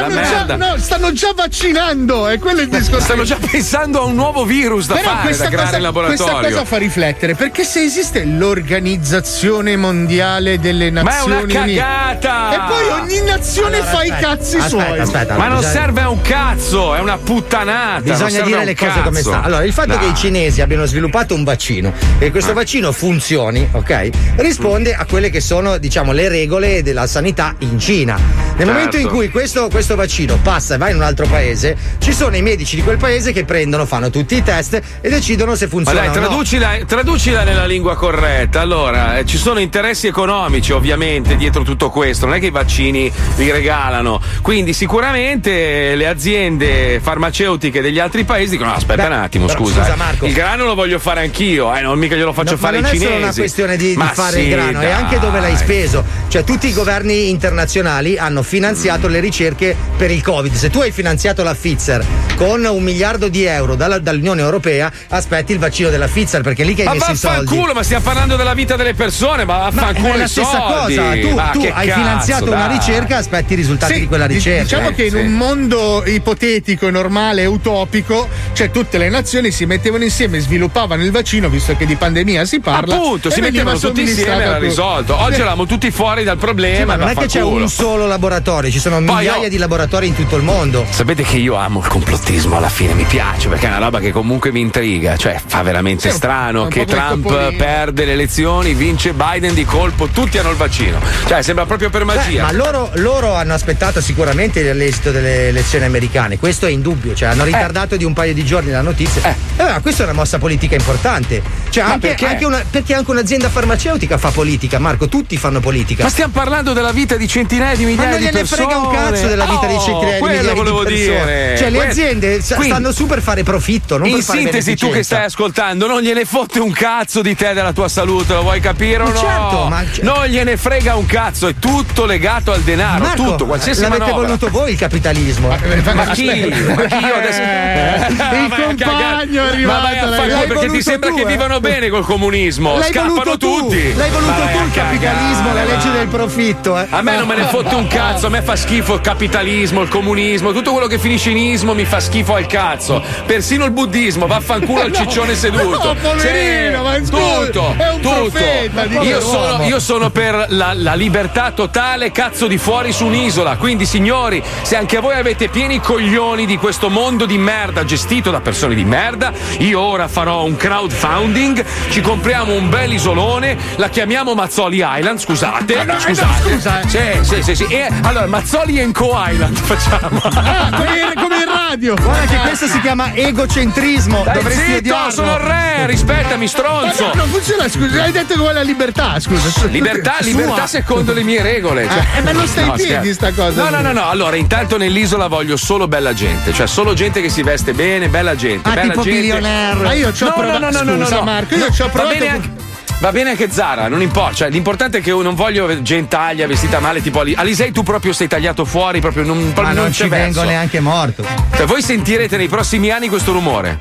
stanno già vaccinando, è quello il discorso. Stanno già pensando a un nuovo virus da creare in laboratorio. Questa cosa fa riflettere, perché se esiste l'Organizzazione Mondiale delle Nazioni Unite, ma è una cagata! E poi ogni nazione fa i cazzi suoi. Ma non serve a un cazzo, è una puttanata. Bisogna dire le cose come stanno. Allora, il fatto che i cinesi abbiano sviluppato un vaccino e questo vaccino funzioni, ok? Risponde a quelle che sono, diciamo, le regole della sanità in Cina. Nel momento in cui questo vaccino passa e va in un altro paese, ci sono i medici di quel paese che fanno tutti i test e decidono se funziona. Ma dai, traducila nella lingua corretta. Allora, ci sono interessi economici, ovviamente, dietro tutto questo. Non è che i vaccini li regalano. Quindi, sicuramente le aziende farmaceutiche degli altri paesi dicono: aspetta un attimo, scusa Marco. Il grano lo voglio fare anch'io, non mica glielo faccio fare ai cinesi. Non è solo una questione di fare il grano, è anche dove l'hai speso. Cioè, tutti i governi internazionali hanno finanziato le ricerche per il Covid. Se tu hai finanziato la Pfizer con €1 miliardo dall'Unione Europea, aspetti il vaccino della Pfizer, perché è lì che hai messo i soldi. Ma vaffanculo, ma stiamo parlando della vita delle persone, ma vaffanculo. È la stessa cosa. Tu hai finanziato una ricerca, aspetti i risultati di quella ricerca. Diciamo che in un mondo ipotetico, normale, utopico, cioè tutte le nazioni si mettevano insieme e sviluppavano il vaccino, visto che di pandemia si parla. Appunto, si mettevano tutti insieme e era risolto. Oggi eravamo tutti fuori dal problema. Ma non è che c'è un solo laboratorio, ci sono migliaia di laboratori in tutto il mondo. Sapete che io amo il complottismo, alla fine mi piace, perché è una roba che comunque mi intriga. Cioè, fa veramente strano che Trump perde le elezioni, vince Biden di colpo, tutti hanno il vaccino. Cioè, sembra proprio per magia. Ma loro hanno aspettato sicuramente l'esito delle elezioni americane, questo è indubbio. Cioè, hanno ritardato di un paio di giorni la notizia. Questa è una mossa politica importante. Cioè, perché anche un'azienda farmaceutica fa politica, Marco, tutti fanno politica. Ma stiamo parlando della vita di centinaia di migliaia di persone. Ma non gliene frega un cazzo della vita di centinaia di migliaia di persone. Dire. Cioè, le aziende stanno su per fare profitto, non per fare beneficenza. In sintesi, tu che stai ascoltando, non gliene fotte un cazzo di te e della tua salute, lo vuoi capire o no? Certo, non gliene frega un cazzo, è tutto legato al denaro, Marco, tutto, qualsiasi l'avete manovra. voluto voi il capitalismo. Ma chi io adesso? Il compagno è arrivato. Ma vai a fare perché ti sembra che vivano bene col comunismo? Scappano tutti. L'hai voluto tu il capitalismo, la legge del profitto. A me non me ne fotte un cazzo, a me fa schifo il capitalismo, il comunismo, tutto quello che finisce in ismo mi fa schifo al cazzo. Persino il buddismo, vaffanculo al ciccione seduto. No, poverino, ma tutto, è un profeta. Io sono per la libertà totale, cazzo di fuori su un'isola. Quindi, signori, se anche voi avete pieni coglioni di questo mondo di merda gestito da persone di merda, io ora farò un crowdfunding, ci compriamo un bel isolone, la chiamiamo Mazzoli Island, scusate. Scusa. Sì. E allora Mazzoli and Co Island facciamo. Come in radio. Guarda che questo si chiama egocentrismo. Dai, dovresti odiarlo. Sono il re, rispettami, stronzo. Ma non funziona, scusa, hai detto che vuoi la libertà, scusa. Libertà secondo le mie regole. Cioè, ma non stai in piedi sta cosa. No. Allora, intanto nell'isola voglio solo bella gente, cioè solo gente che si veste bene, bella gente. Bella tipo gente. Billionaire. Ma io ci ho provato. Scusa, Marco, io ci ho provato. Va bene anche Zara, non importa. Cioè, l'importante è che io non voglio gentaglia vestita male, tipo Alisei, tu proprio sei tagliato fuori, proprio non ci vengo neanche morto. Cioè, voi sentirete nei prossimi anni questo rumore.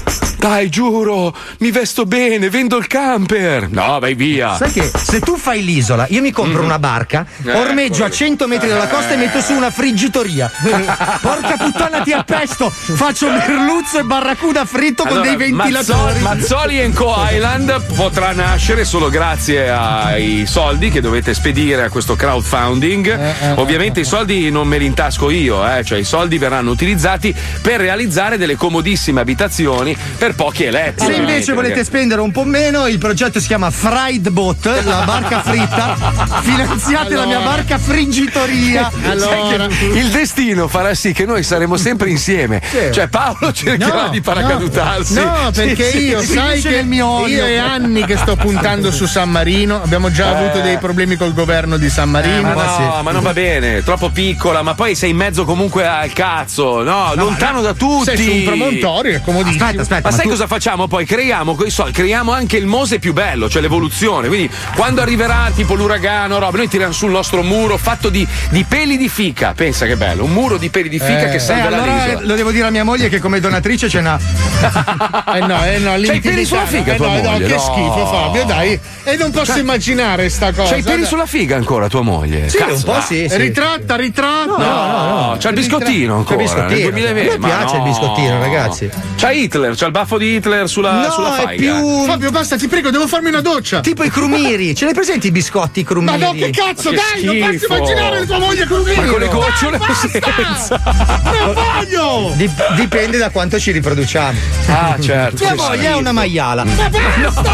Dai, giuro, mi vesto bene, vendo il camper. No, vai via. Sai che se tu fai l'isola, io mi compro una barca, ormeggio a 100 metri dalla costa e metto su una friggitoria. Porca puttana, ti appesto. Faccio merluzzo e barracuda fritto con dei ventilatori. Mazzoli and Co Island potrà nascere solo grazie ai soldi che dovete spedire a questo crowdfunding. Ovviamente i soldi non me li intasco io, cioè i soldi verranno utilizzati per realizzare delle comodissime abitazioni per pochi eletti. Se invece volete spendere un po' meno, il progetto si chiama Fried Boat, la barca fritta. Finanziate la mia barca friggitoria. Allora, il destino farà sì che noi saremo sempre insieme. Sì. Cioè Paolo cercherà di paracadutarsi. No, perché io sai che io è anni che sto puntando su San Marino. Abbiamo già avuto dei problemi col governo di San Marino. Ma non va bene, troppo piccola, ma poi sei in mezzo comunque al cazzo, lontano da tutti. Sei su un promontorio, è comodissimo. Aspetta, sai cosa facciamo poi? Creiamo coi soldi, creiamo anche il Mose più bello, cioè l'evoluzione. Quindi quando arriverà tipo l'uragano, roba, noi tiriamo sul nostro muro fatto di peli di fica. Pensa che bello, un muro di peli di fica che salva allora l'isola. Lo devo dire a mia moglie che come donatrice ce n'ha. No, c'hai i peli sulla figa tua moglie? Che No. schifo, Fabio, dai. E non posso immaginare sta cosa. C'hai i peli sulla figa ancora tua moglie? Sì, Cazzo, un po' dai. sì. Ritratta. No, c'ha il biscottino ancora. C'è il biscottino. Nel 2020. A me piace il biscottino, ragazzi. C'ha Hitler, c'ha il baffo di Hitler sulla faiga. È più. Fabio, basta, ti prego, devo farmi una doccia. Tipo i crumiri. Ce l'hai presenti i biscotti crumiri? Ma no, che cazzo, Che dai, non posso schifo. immaginare la tua moglie crumiri. Ma con le gocciole Dai, basta. Non voglio. Dipende da quanto ci riproduciamo. Ah, certo. Mia che moglie è schifo. una maiala. Ma basta.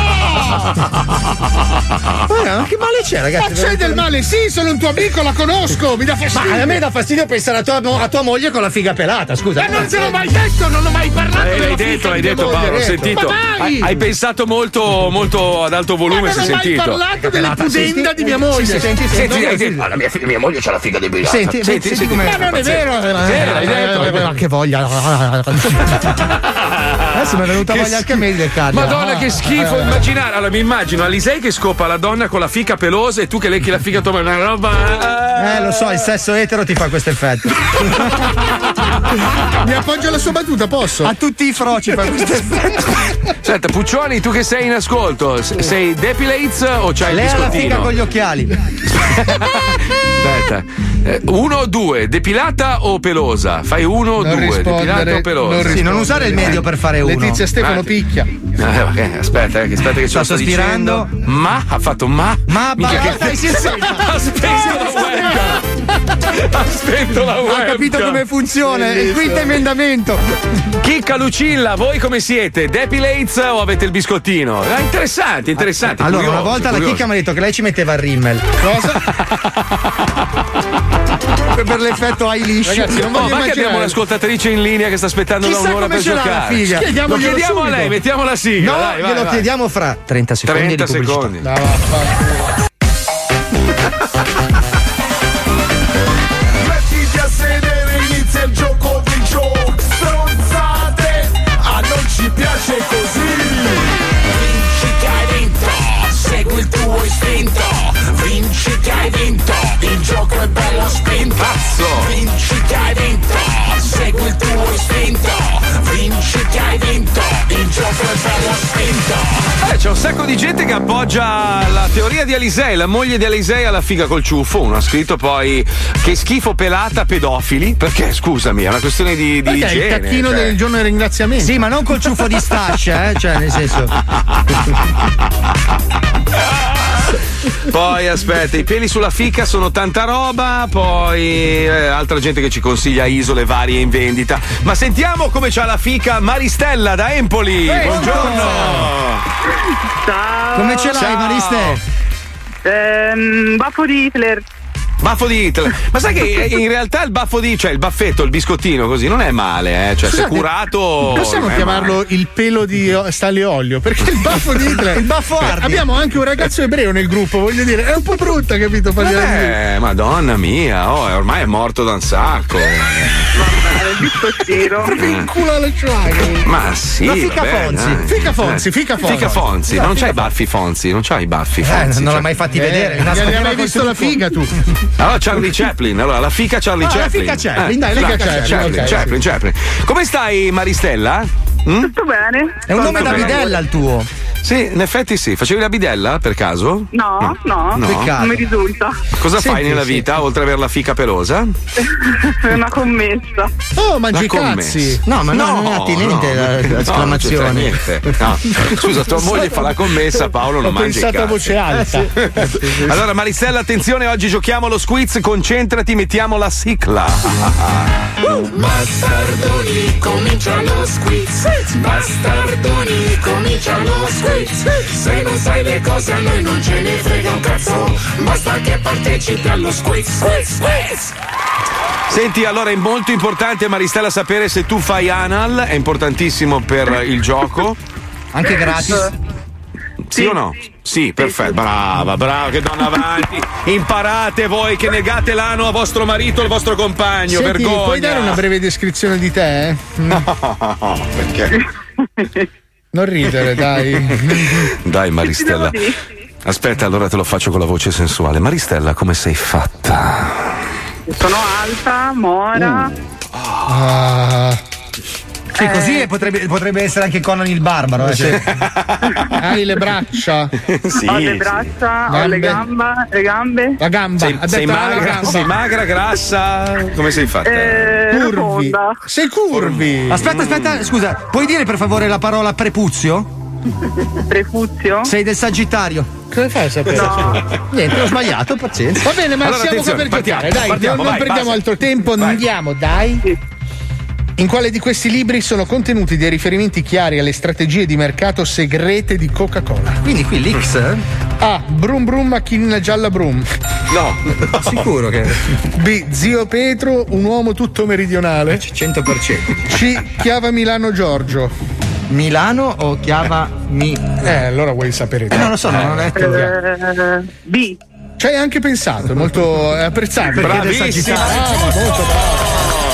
Ma che male c'è, ragazzi? Ma c'è del male, sì, sono un tuo amico, la conosco, mi dà fastidio. Ma a me dà fastidio pensare a tua moglie con la figa pelata, scusa. Ma non te l'ho mai detto, non ho mai parlato della L'hai figa detto, di mia moglie. Paolo, ho sentito. Ma vai. Hai pensato molto ad alto volume, si è non ho mai sentito. parlato delle pudenda di mia moglie. Senti, hai detto. Ma mia moglie c'ha la figa di Bilal. senti come. Ma non è vero. l'hai detto. Ma che voglia. Adesso mi è venuta voglia anche a me di leccarli. Madonna, che schifo immaginare. Allora mi immagino Alisei che scopa la donna con la fica pelosa e tu che lecchi la figa tua, una roba. Lo so, il sesso etero ti fa questo effetto. Mi appoggio alla sua battuta, posso? A tutti i froci fa questo effetto. Senta, Puccioni, tu che sei in ascolto, sei Depilates o c'hai il Lei ha la biscottino? figa con gli occhiali. Aspetta. 1 o 2, depilata o pelosa? Fai 1 o 2, depilata o pelosa? Sì, non usare il medio per fare uno. Letizia Stefano picchia. Aspetta, che ce sto lo sto sospirando. dicendo. Ma ha fatto ma. Mica che Ha spento la webcam. Ha capito come funziona. Il quinto emendamento. Chicca Lucilla, voi come siete? Depilates o avete il biscottino? Interessante. Allora, curioso, una volta la curioso. chicca mi ha detto che lei ci metteva il rimmel. Cosa? Per l'effetto Eilish. Ragazzi, non voglio Ma che abbiamo immaginare. un'ascoltatrice in linea che sta aspettando Chissà da un'ora come per ce l'ha la giocare. figa. Lo chiediamo a lei, mettiamo la sigla. No, dai, glielo vai. chiediamo fra 30 secondi 30 di pubblicità. secondi. Mettiti a sedere, inizia il gioco di gioco. Stronzate, a non ci piace così. Vinci che hai vinto, segui il tuo istinto. Vinci che hai vinto, il gioco è bello spinto. Vinci che hai vinto, segui il tuo istinto. Vinci che hai vinto, il gioco è bello spinto. C'è un sacco di gente che appoggia la teoria di Alisei, la moglie di Alisei alla figa col ciuffo. Uno ha scritto poi che schifo pelata pedofili. Perché scusami, è una questione di Perché è igiene. il tacchino cioè. del giorno del ringraziamento. Sì, ma non col ciuffo di stascia, cioè nel senso. Poi aspetta, i peli sulla fica sono tanta roba. Poi altra gente che ci consiglia isole varie in vendita. Ma sentiamo come c'ha la fica Maristella da Empoli. Buongiorno. Ciao. Come ce l'hai, Ciao. Mariste? Baffo di Hitler. Baffo di Hitler. Ma sai che in realtà il baffo cioè il baffetto, il biscottino così non è male, Cioè se Scusate, curato. Possiamo non è chiamarlo male. il pelo di Stanley Olio? Perché il baffo di Hitler. Il baffo Hardy. Abbiamo anche un ragazzo ebreo nel gruppo, voglio dire, è un po' brutta, capito? Madonna mia, ormai è morto da un sacco. Il biscottino. Proprio in culo alle ciuaghe. Ma sì. La fica vabbè, Fonzi. dai. Fica Fonzi. Fica Fonzi, non c'hai i baffi Fonzi, non c'hai i baffi Fonzi. Non l'ha cioè. mai fatti vedere. Non hai mai visto la figa tu? Allora Charlie Chaplin, allora la fica Charlie Ah, la Chaplin. fica Chaplin, dai, la la fica Chaplin, ok, Chaplin. Come stai Maristella? Tutto bene? È un nome da bene. bidella il tuo. Sì, in effetti sì. Facevi la bidella per caso? No. Peccato. Non mi risulta. Cosa Senti, fai nella sì. vita oltre ad avere la fica pelosa? È una commessa. Oh, mangi La cazzi. No, ma no, non è attinente l'esclamazione. Non c'entra niente. No. Scusa, tua moglie fa la commessa, Paolo non Ho mangia i pensato a cazzi. voce alta. Allora Maristella, attenzione, oggi giochiamo lo squiz, concentrati, mettiamo la sigla. Bastardoni, comincia lo squiz. Bastardoni, comincia lo squiz. Se non sai le cose a noi non ce ne frega un cazzo. Basta che partecipi allo squiz. Senti, allora è molto importante Maristella sapere se tu fai anal, è importantissimo per il gioco. Anche gratis. Sì o no? Sì, perfetto. Brava, che donna avanti. Imparate voi che negate l'ano a vostro marito o al vostro compagno. Senti, vergogna. puoi dare una breve descrizione di te? No, perché? Non ridere, dai. Dai, Maristella. Aspetta, allora te lo faccio con la voce sensuale. Maristella, come sei fatta? Sono alta, mora. Sì, così potrebbe essere anche Conan il Barbaro. Hai le braccia? Sì. Ho le braccia, ho le gambe. La gamba. Sei magra, grassa? Come sei fatta? Curvi. Sei curvi. Aspetta, scusa, puoi dire per favore la parola prepuzio? Prefuzio? Sei del Sagittario. Come fai a sapere? No. Niente, ho sbagliato, pazienza. Va bene, ma allora, siamo qua per giocare. Dai, non perdiamo altro tempo, andiamo, dai. In quale di questi libri sono contenuti dei riferimenti chiari alle strategie di mercato segrete di Coca-Cola? Quindi qui l'X? A. Brum brum macchinina gialla brum. No. Sicuro che. B. Zio Petro, un uomo tutto meridionale. 100%. C. Chiava Milano Giorgio. Milano o Chiava allora vuoi sapere te? Non lo so, non ho letto. B. Ci hai anche pensato, è molto apprezzabile. Bravissimo. Molto bravo.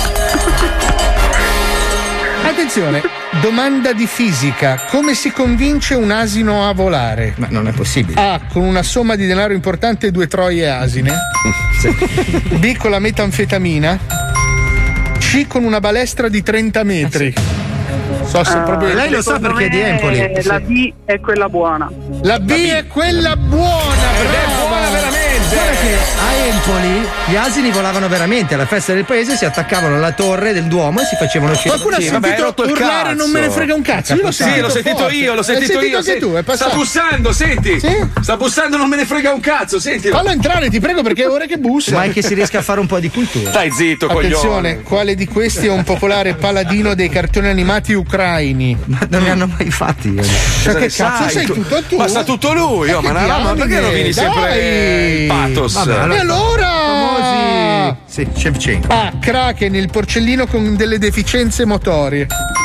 Attenzione, domanda di fisica. Come si convince un asino a volare? Ma non è possibile. A. Con una somma di denaro importante e 2 troie asine. B. Con la metanfetamina. C. Con una balestra di 30 metri. Proprio lei lo sa perché è di Empoli. La B è quella buona. La B è quella buona. È buona veramente. Guarda che a Empoli gli asini volavano veramente. Alla festa del paese si attaccavano alla torre del Duomo e si facevano scendere. Qualcuno ha sentito urlare non me ne frega un cazzo. Io l'ho sentito io. Anche tu, è passato. Sta bussando, senti. Sì? Sta bussando, non me ne frega un cazzo, senti. Fallo entrare, ti prego, perché è ora che bussa. Ma è che si riesca a fare un po' di cultura. Stai zitto, Attenzione, coglione. quale di questi è un popolare paladino dei cartoni animati ucraini? Ma non ne hanno mai fatti. Ma che cazzo sei tutto tu? Ma sta tutto lui, ma perché rovini sempre il pathos? Vabbè, e allora? Famosi. Sì, Shevchenko. A. Kraken, il porcellino con delle deficienze motorie.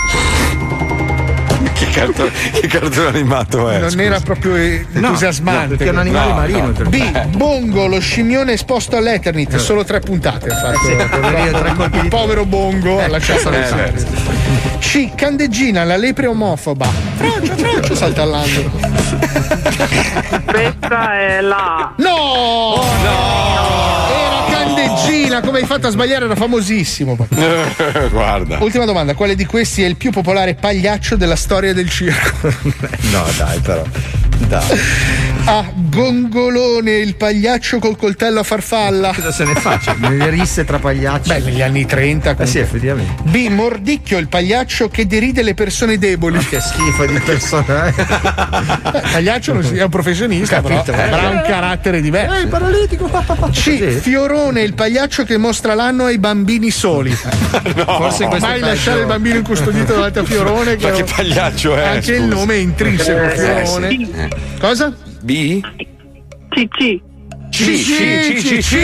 Che cartone animato è? Non era proprio entusiasmante. No, perché è un animale marino. B. Bongo, lo scimmione esposto all'Eternit. Solo 3 puntate ha fatto. Il povero Bongo ha lasciato le serie. C. Candeggina, la lepre omofoba. Fraccio, salta all'angolo. Questa è la. No! Era Candeggina, come hai fatto a sbagliare? Era famosissimo. Guarda. Ultima domanda, quale di questi è il più popolare pagliaccio della storia del circo? No, dai, però. Dai. A. Gongolone, il pagliaccio col coltello a farfalla. Cosa se ne faccia? Nelle risse tra pagliacci. Beh, negli anni 30. Sì, effettivamente. B. Mordicchio, il pagliaccio che deride le persone deboli. Che schifo di persona. Pagliaccio è un professionista, capito, però avrà un carattere diverso. Il paralitico. C. Fiorone, il pagliaccio che mostra l'anno ai bambini soli. No. Forse mai lasciare il bambino incustodito davanti a Fiorone. Ma che pagliaccio è? Anche il nome è intrinseco. Fiorone. Cosa? B? C. Ciccio.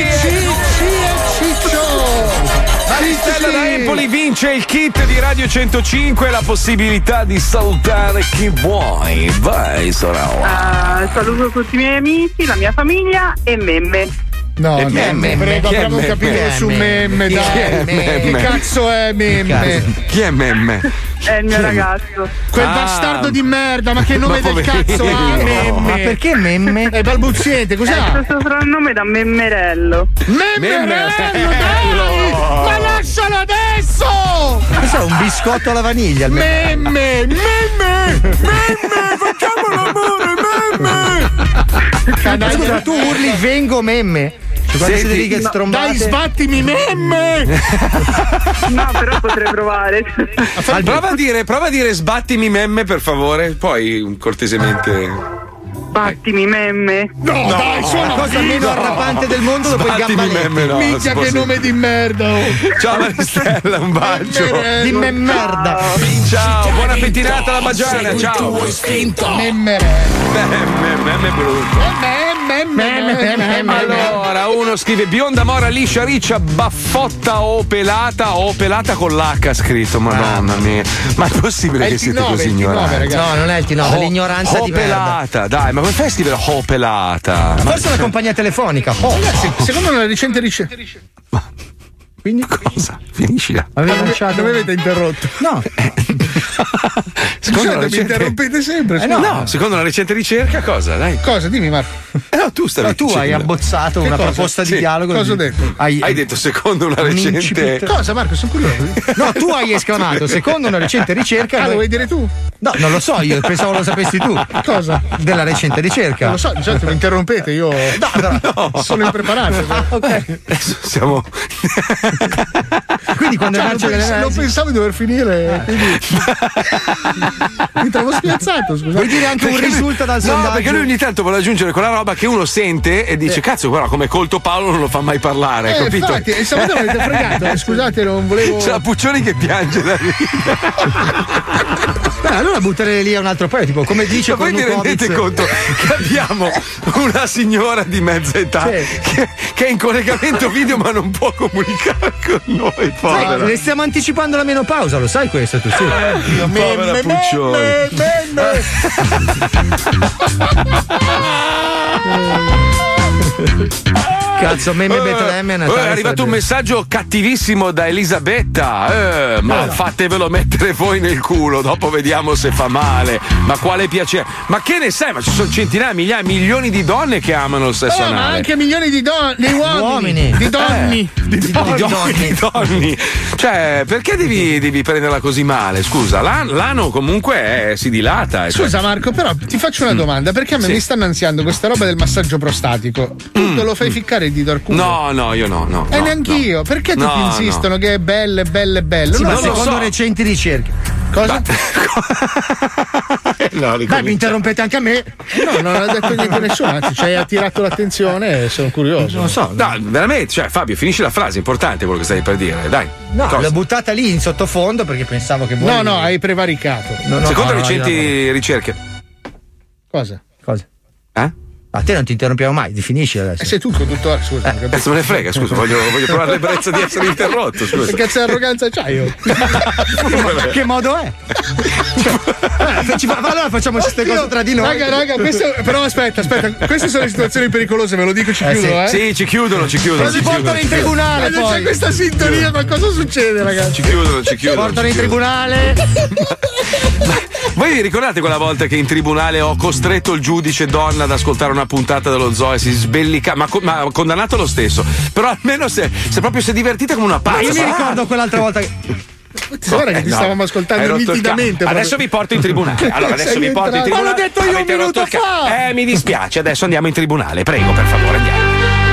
Maristella da Empoli vince il kit di Radio 105 e la possibilità di salutare chi vuoi. Vai, sorella. Saluto tutti i miei amici, la mia famiglia e Memme. No, Memme. Prego, Chi è apriamo un capitolo su Memme, Chi dai. è Memme? Che cazzo è Memme? Chi è Memme? È il mio ragazzo. Quel bastardo di merda, ma che nome del cazzo ha Memme? Ma perché Memme? È balbuziente, cos'ha? Il suo soprannome da Memmerello. Memmerello, dai! Ma lascialo adesso! Cos'è, un biscotto alla vaniglia? Memme! Facciamo l'amore, Memme! Scusa, tu urli vengo Memme. Quando siete lì che strombate. Dai, sbattimi Memme! No, però potrei provare. Prova a dire sbattimi Memme, per favore. Poi cortesemente. Sbattimi Memme. No, dai, sono la cosa meno arrapante del mondo dopo il gambaletti. Minchia, che nome di merda. Ciao Maristella, un bacio. Di merda. Ciao, buona pettinata alla Bagiana. Ciao. Memme brutto. Allora, uno scrive bionda, mora, liscia, riccia, baffotta o pelata con l'H scritto, madonna mia. Ma è possibile che siete così ignoranti? No, non è il T9, è l'ignoranza di merda. Pelata, dai, ma come fai a scrivere ho pelata? Forse la compagnia telefonica. Secondo una recente ricerca. Quindi cosa? Finiscila. Dove avete interrotto? No. Mi interrompete sempre. No, secondo una recente ricerca, cosa? Dai. Cosa? Dimmi, Marco. No, tu stavi tu hai abbozzato una proposta di dialogo. Cosa ho detto? Hai detto secondo una recente. Cosa, Marco? Sono curioso. No, tu hai esclamato secondo una recente ricerca. Lo vuoi dire tu? No, non lo so, io pensavo lo sapessi tu. Cosa? Della recente ricerca. Non lo so, di solito mi interrompete, io sono impreparato. Ok. Adesso siamo. Quindi quando non pensavo di dover finire. Quindi... mi trovo spiazzato, scusa. Vuoi dire anche un risulta dal sondaggio? No, perché lui ogni tanto vuole aggiungere quella roba che uno sente e dice cazzo, guarda come colto Paolo non lo fa mai parlare, capito? Infatti, e stamattina mi avete fregato, scusate, non volevo. C'è la Puccioni che piange da lì. Allora buttare lì a un altro paio, tipo come dice. Ma voi vi rendete conto che abbiamo una signora di mezza età che è in collegamento video ma non può comunicare con noi, povera. Le stiamo anticipando la menopausa, lo sai questo tu? Sì. Povera Puccioni. Cazzo, meme Betlemme è arrivato un messaggio cattivissimo da Elisabetta. Ma fatevelo mettere voi nel culo, dopo vediamo se fa male. Ma quale piacere. Ma che ne sai? Ma ci sono centinaia, migliaia, milioni di donne che amano il sesso anale. Ma anche milioni di uomini. Di donni. Di donni. Cioè, perché devi prenderla così male? Scusa, l'ano comunque si dilata. Scusa Marco, però ti faccio una domanda, perché a me mi stanno ansiando questa roba del massaggio prostatico. Tu te lo fai ficcare il dito al culo? No, io no. E neanch'io. No. Perché tutti insistono che è bello? Sì, ma secondo recenti ricerche. Cosa? Beh, mi interrompete anche a me. No, non ha detto niente nessuno, anzi ci hai attirato l'attenzione e sono curioso. Non so. No, veramente, cioè Fabio, finisci la frase, è importante quello che stai per dire, dai. No, l'ho buttata lì in sottofondo perché pensavo che voi. No, hai prevaricato. Secondo recenti ricerche. Cosa? A te non ti interrompiamo mai, finisci adesso. Sei tu il conduttore, scusa. Cazzo me ne frega, scusa, voglio provare l'ebbrezza di essere interrotto, scusa. Che cazzo di arroganza c'hai io? Che modo è? Allora facciamo queste cose tra di noi. Raga, però aspetta, queste sono le situazioni pericolose, ve lo dico, ci chiudono, Sì, ci chiudono. Ma ci portano in tribunale, poi. C'è questa sintonia, ma cosa succede, ragazzi? Ci chiudono. Portano in tribunale. Voi vi ricordate quella volta che in tribunale ho costretto il giudice donna ad ascoltare una puntata dello Zoo e si sbellica, ma condannato lo stesso, però almeno se proprio si è divertita come una pazza. Io mi ricordo quell'altra volta che guarda che ti stavamo ascoltando nitidamente. Adesso vi porto in tribunale. Allora, adesso vi porto in tribunale. Ma l'ho detto io un minuto fa. Mi dispiace, adesso andiamo in tribunale. Prego, per favore, andiamo.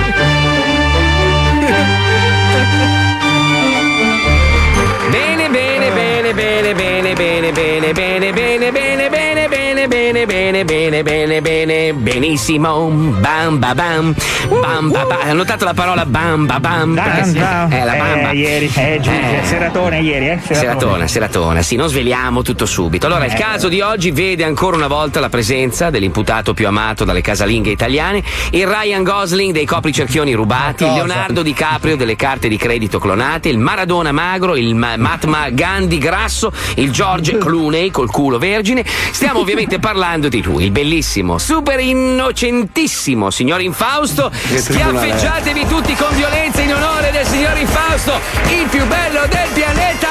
Bene, benissimo. Bam ba bam. Bam ba bam. Hai notato la parola bam ba bam? La bamba. Ieri, seratone ieri, Seratone, sì, non sveliamo tutto subito. Allora, il caso di oggi vede ancora una volta la presenza dell'imputato più amato dalle casalinghe italiane, il Ryan Gosling dei copricerchioni rubati, il Leonardo DiCaprio delle carte di credito clonate, il Maradona magro, il Mahatma Gandhi grasso, il George Clooney col culo vergine. Stiamo ovviamente parlando di lui, il bellissimo, super innocentissimo signor Infausto. Schiaffeggiatevi tutti con violenza in onore del signor Infausto, il più bello del pianeta.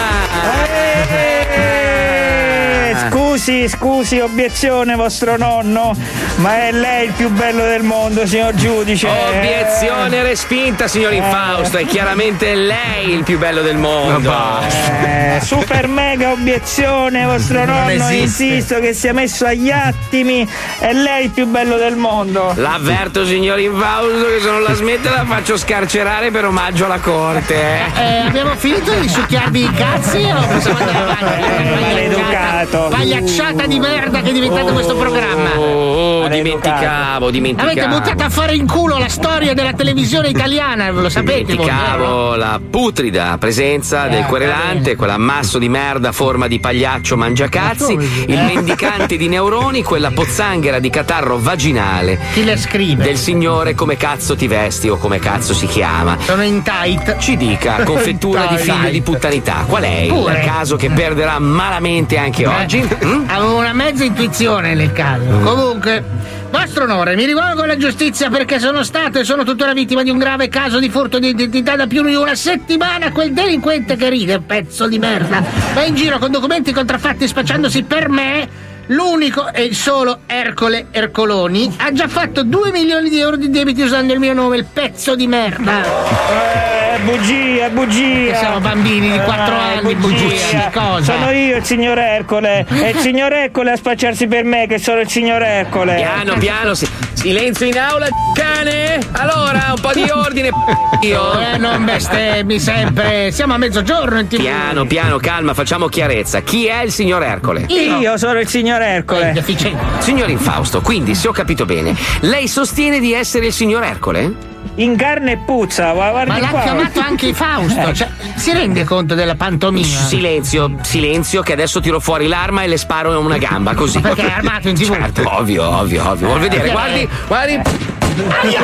Scusi, obiezione, vostro nonno, ma è lei il più bello del mondo, signor giudice. Obiezione respinta, signor Infausto, è chiaramente lei il più bello del mondo. Super mega obiezione, vostro nonno, insisto che sia messo agli attimi, è lei il più bello del mondo. L'avverto, signor Infausto, che se non la smette la faccio scarcerare per omaggio alla corte. Abbiamo finito di succhiarvi i cazzi o possiamo andare avanti? Maleducato. Pagliacciata di merda che è diventato questo programma. Dimenticavo. Avete buttato a fare in culo la storia della televisione italiana, lo sapete? Dimenticavo la putrida presenza del querelante, quell'ammasso di merda a forma di pagliaccio mangiacazzi, il mendicante di neuroni, quella pozzanghera di catarro vaginale. Chi le scrive? Del signore come cazzo ti vesti o come cazzo si chiama. Sono in tight. Ci dica, confettura di figlio di puttanità, qual è il caso che perderà malamente anche oggi? Avevo una mezza intuizione nel caso. Comunque, Vostro onore, mi rivolgo alla giustizia perché sono stato e sono tuttora vittima di un grave caso di furto di identità da più di una settimana. Quel delinquente che ride, pezzo di merda, va in giro con documenti contraffatti spacciandosi per me. L'unico e il solo Ercole Ercoloni ha già fatto 2 milioni di euro di debiti usando il mio nome, il pezzo di merda. Bugia. Che siamo bambini di 4 anni, bugia. Cosa? Sono io il signor Ercole. È il signor Ercole a spacciarsi per me, che sono il signor Ercole. Piano, silenzio in aula, cane. Allora, un po' di ordine, io. Non bestemmi sempre. Siamo a mezzogiorno in TV. Piano, calma, facciamo chiarezza. Chi è il signor Ercole? Io sono il signor Ercole. Signor Infausto, quindi, se ho capito bene, lei sostiene di essere il signor Ercole? In carne e puzza, guardi. Ma l'ha chiamato anche Fausto. Cioè, si rende conto della pantomima? Silenzio, che adesso tiro fuori l'arma e le sparo una gamba, così. Perché è armato in TV? Certo, ovvio. Vuol vedere? Guardi. Mi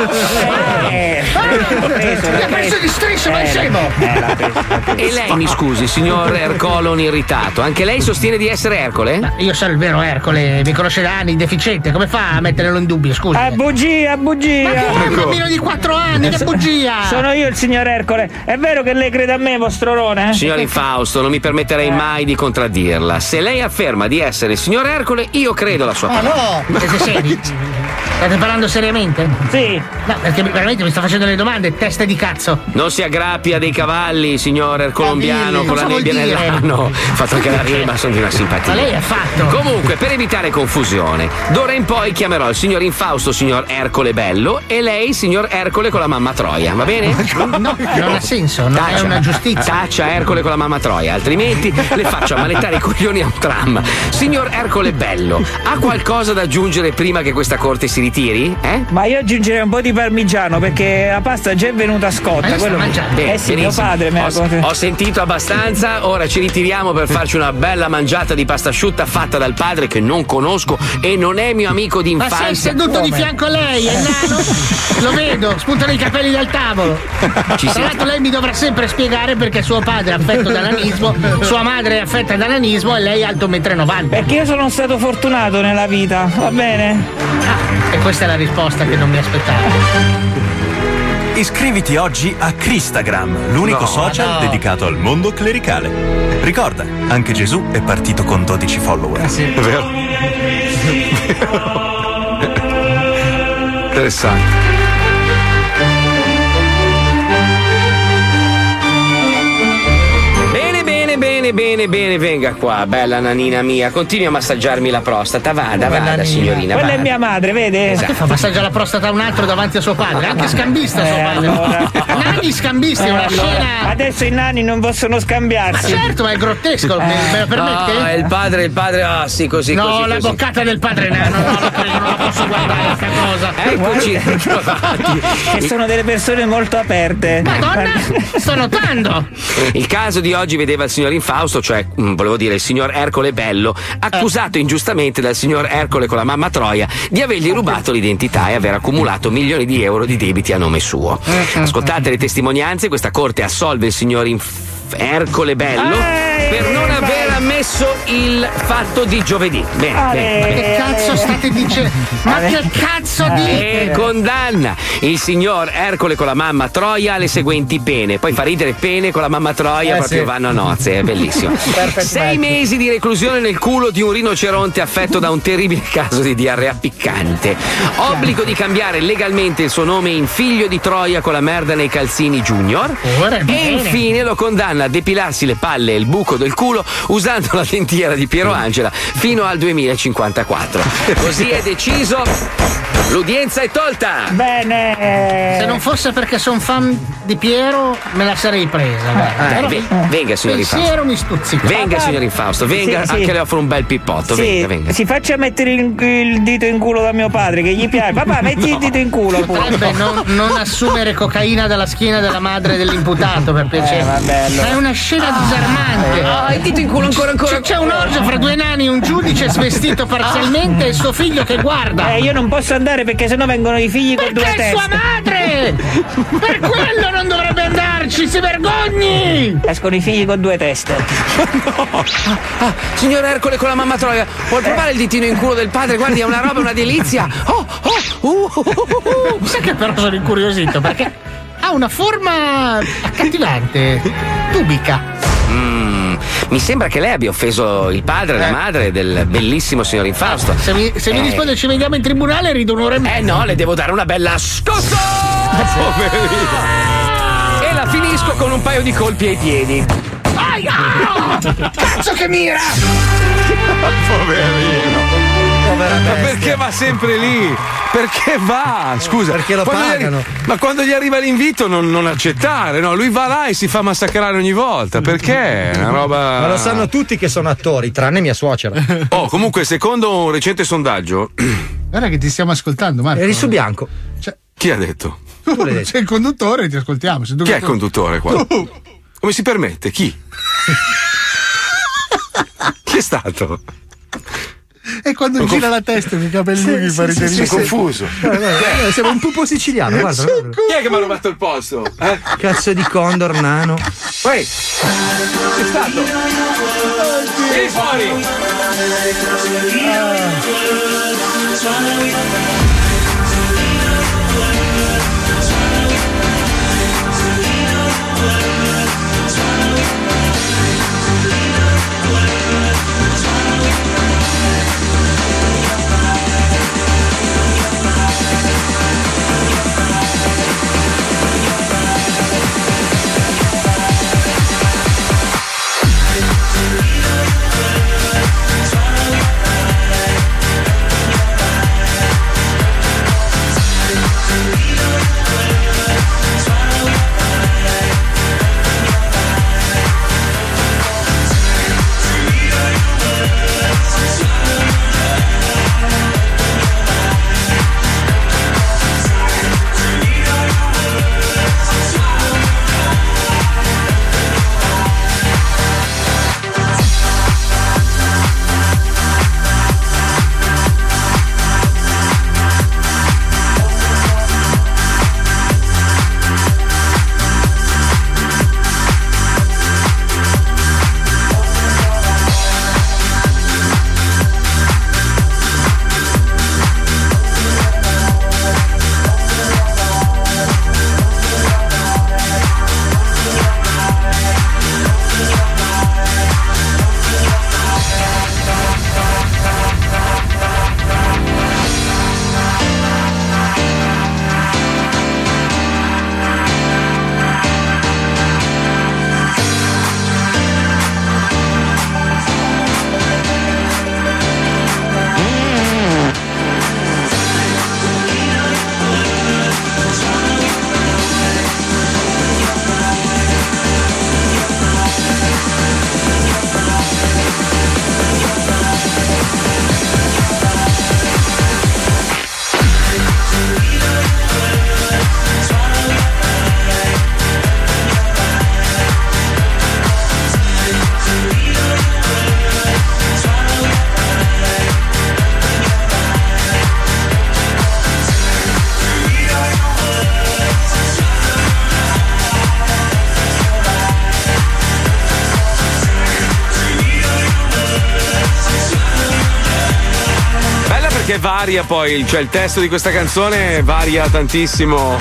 ha preso di striscio, ma scemo! E lei, mi scusi, signor Ercoloni irritato, anche lei sostiene di essere Ercole? Ma io sono il vero Ercole, mi conosce da anni, deficiente, come fa a metterlo in dubbio, scusi? Bugia! Ma che è un bambino di 4 anni, che bugia! Sono io il signor Ercole, è vero che lei crede a me, mostrorone? Signor Infausto, non mi permetterei mai di contraddirla. Se lei afferma di essere il signor Ercole, io credo alla sua parola. No! Siete seri? State parlando seriamente? Sì. No, perché veramente mi sta facendo le domande, teste di cazzo. Non si aggrappi a dei cavalli, signor Ercolombiano, con la nebbia nell'anno. Fatto anche la rima, sono di una simpatia. Ma lei ha fatto. Comunque, per evitare confusione, d'ora in poi chiamerò il signor Infausto signor Ercole Bello e lei signor Ercole con la mamma Troia, va bene? No, non ha senso, non è una giustizia. Taccia Ercole con la mamma Troia, altrimenti le faccio ammalettare i coglioni a un tram. Signor Ercole Bello, ha qualcosa da aggiungere prima che questa corte si ritiri? Ma io aggiungerei un po' di parmigiano perché la pasta è già venuta scotta. Quello Bene, sì, mio padre me la ho sentito abbastanza, ora ci ritiriamo per farci una bella mangiata di pasta asciutta fatta dal padre che non conosco e non è mio amico d'infanzia. Ma sei seduto di fianco a lei, è nano? Lo vedo, spuntano i capelli dal tavolo. Tra l'altro lei mi dovrà sempre spiegare perché suo padre è affetto da nanismo, sua madre è affetta da nanismo e lei è alto 1,90 m. Perché io sono stato fortunato nella vita, va bene? E questa è la risposta che non mi aspettavo. Iscriviti oggi a Cristagram, l'unico social dedicato al mondo clericale. Ricorda, anche Gesù è partito con 12 follower. Sì. È vero. Interessante. Bene, venga qua, bella nanina mia, continui a massaggiarmi la prostata, vada signorina. Quella vada. è mia madre, vede? Esatto. Che fa? Massaggia la prostata a un altro davanti a suo padre, anche scambista suo padre. Allora. Nani scambisti, una scena. Adesso i nani non possono scambiarsi. Ma certo, ma è grottesco, me lo permette? No, il padre, sì, così. No, così, la così. boccata del padre nano, no, non la posso guardare sta cosa. Eccoci ritrovati. Che sono delle persone molto aperte. Madonna, sto notando. Il caso di oggi vedeva il signor Infausto, cioè volevo dire il signor Ercole Bello, accusato ingiustamente dal signor Ercole con la mamma Troia di avergli rubato l'identità e aver accumulato milioni di euro di debiti a nome suo. Ascoltate le testimonianze, questa corte assolve il signor Ercole Bello per non aver ammesso il fatto di giovedì. Bene. Ma che cazzo state dicendo? Ma che cazzo dite? E condanna il signor Ercole con la mamma Troia alle seguenti pene. Poi fa ridere pene con la mamma Troia, proprio vanno a nozze, è bellissimo. 6 mesi di reclusione nel culo di un rinoceronte affetto da un terribile caso di diarrea piccante. Obbligo di cambiare legalmente il suo nome in figlio di Troia con la merda nei calzini junior. E infine lo condanna a depilarsi le palle e il buco del culo usando la dentiera di Piero Angela fino al 2054. Così è deciso. L'udienza è tolta. Bene. Se non fosse perché sono fan di Piero me la sarei presa. Venga signor Infausto. Pensiero mi stuzzica. Venga signor Infausto, venga, Sì. anche le offro un bel pippotto. Sì, Venga. si faccia mettere il dito in culo da mio padre che gli piace. Papà, metti il dito in culo pure. Potrebbe non assumere cocaina dalla schiena della madre dell'imputato, per piacere. bello. È una scena disarmante. Il dito in culo ancora. C'è un orgio fra due nani, un giudice svestito parzialmente e suo figlio che guarda. Io non posso andare perché sennò vengono i figli con due Perché è teste. sua madre! Per quello non dovrebbe andarci, si vergogni! Escono i figli con 2 teste. Signor Ercole con la mamma Troia, vuol provare il ditino in culo del padre? Guardi, è una roba, una delizia. Sai che però sono incuriosito perché ha una forma accattivante, tubica. Mi sembra che lei abbia offeso il padre e la madre del bellissimo signor Infausto. Se mi risponde ci vediamo in tribunale rido un'ora e mezza. No, le devo dare una bella scossa! E la finisco con un paio di colpi ai piedi. Cazzo che mira! Poverino. Ma perché va sempre lì? Perché va? Scusa. Perché lo pagano. Ma quando gli arriva l'invito non accettare, no? Lui va là e si fa massacrare ogni volta. Perché? È una roba. Ma lo sanno tutti che sono attori, tranne mia suocera. Oh, comunque, secondo un recente sondaggio. Guarda che ti stiamo ascoltando, Marco. Eri su bianco. Chi ha detto? Tu sei il conduttore, ti ascoltiamo. Chi è il conduttore qua? Come si permette? Chi? Chi è stato? E quando gira la testa mi capelli lunghi fa ridere. Sono confuso. Siamo un pupo siciliano, guarda. Chi è che mi ha rubato il posto? Cazzo di condor nano. Ehi! Chi è stato? Vieni fuori! Varia poi, cioè il testo di questa canzone varia tantissimo.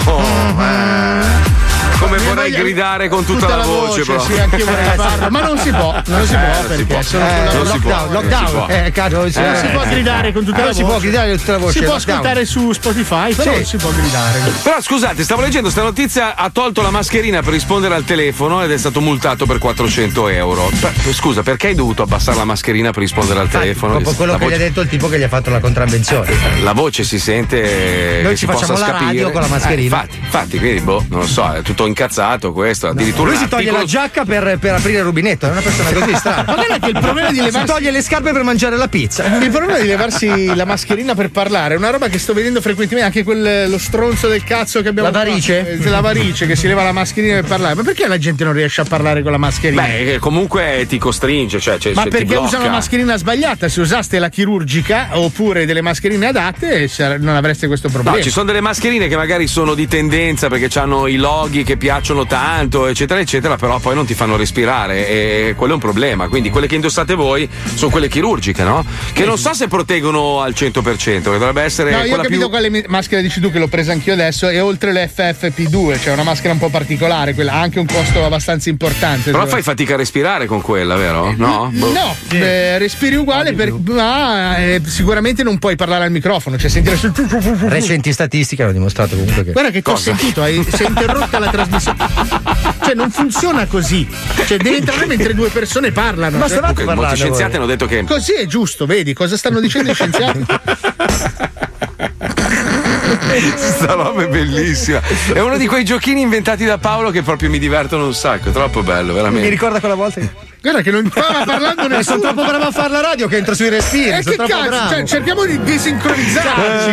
Come vorrei gridare con tutta la voce, però. Sì, anche io vorrei farlo, ma non si può, perché sono lockdown. Cazzo, non si può gridare con tutta la voce. Si può gridare con tutta la voce. Si può ascoltare su Spotify, però non si può gridare. Però scusate, stavo leggendo sta notizia, ha tolto la mascherina per rispondere al telefono ed è stato multato per 400 euro. Scusa, perché hai dovuto abbassare la mascherina per rispondere al telefono? Dopo quello che gli ha detto il tipo che gli ha fatto la contravvenzione. La voce si sente. Noi ci facciamo la radio con la mascherina. Infatti, quindi non so, è tutto incazzato questo. Addirittura lui si toglie la giacca per aprire il rubinetto, è una persona così strana. Ma guarda che il problema di levarsi. Si toglie le scarpe per mangiare la pizza. Il problema di levarsi la mascherina per parlare è una roba che sto vedendo frequentemente, anche lo stronzo del cazzo che abbiamo. La varice? La varice che si leva la mascherina per parlare. Ma perché la gente non riesce a parlare con la mascherina? Beh, comunque ti costringe, ma perché usano la mascherina sbagliata? Se usaste la chirurgica oppure delle mascherine adatte, non avreste questo problema. No, ci sono delle mascherine che magari sono di tendenza perché hanno i loghi che piacciono tanto, eccetera, eccetera, però poi non ti fanno respirare e quello è un problema. Quindi quelle che indossate voi sono quelle chirurgiche, no? Che non so se proteggono al 100%, che dovrebbe essere. No, io ho capito quale maschera dici tu, che l'ho presa anch'io adesso, e oltre le FFP2, cioè una maschera un po' particolare, quella ha anche un costo abbastanza importante. Però fai fatica a respirare con quella, vero? No? No, respiri uguale, ma sicuramente non puoi parlare al microfono, cioè sentire recenti statistiche hanno dimostrato comunque che. Guarda che ti ho sentito, si è interrotta la trasmissione. Cioè non funziona così. Cioè devi entrare mentre due persone parlano. Ma stavate parlando. Molti scienziati hanno detto che così è giusto, vedi cosa stanno dicendo i scienziati? Sta roba è bellissima. È uno di quei giochini inventati da Paolo che proprio mi divertono un sacco. Troppo bello, veramente. Mi ricorda quella volta. Guarda che non stava parlando nessuno. Sono troppo bravo a fare la radio che entra sui respiri. Che cazzo? Cioè, cerchiamo di desincronizzarci.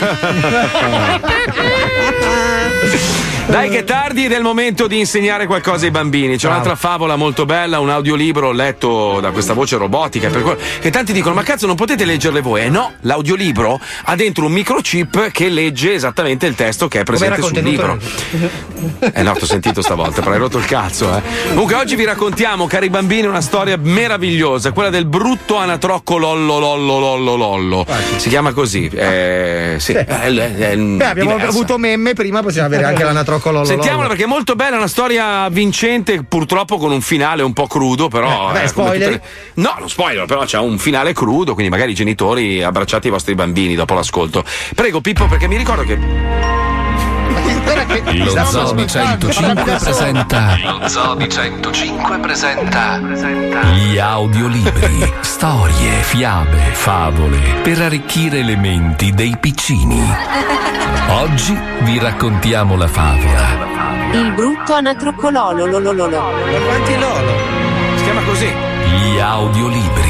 Dai che è tardi ed è il momento di insegnare qualcosa ai bambini. C'è un'altra favola molto bella, un audiolibro letto da questa voce robotica, che tanti dicono: ma cazzo, non potete leggerle voi? No, l'audiolibro ha dentro un microchip che legge esattamente il testo che è presente sul libro. No, t'ho sentito stavolta, però hai rotto il cazzo, Comunque oggi vi raccontiamo, cari bambini, una storia meravigliosa, quella del brutto anatrocco lollo. Si chiama così. Sì. Abbiamo avuto memme prima, possiamo avere anche l'anatrocco lollo. Sentiamola perché è molto bella, è una storia vincente, purtroppo con un finale un po' crudo, però. Spoiler. No, non spoiler, però c'è un finale crudo, quindi magari i genitori abbracciate i vostri bambini dopo l'ascolto. Prego Pippo, perché mi ricordo che. Lo Zobi 105 presenta gli audiolibri, storie, fiabe, favole per arricchire le menti dei piccini. Oggi vi raccontiamo la favola Il brutto anatrocco lolo. Quanti lolo? Si chiama così. Gli audiolibri.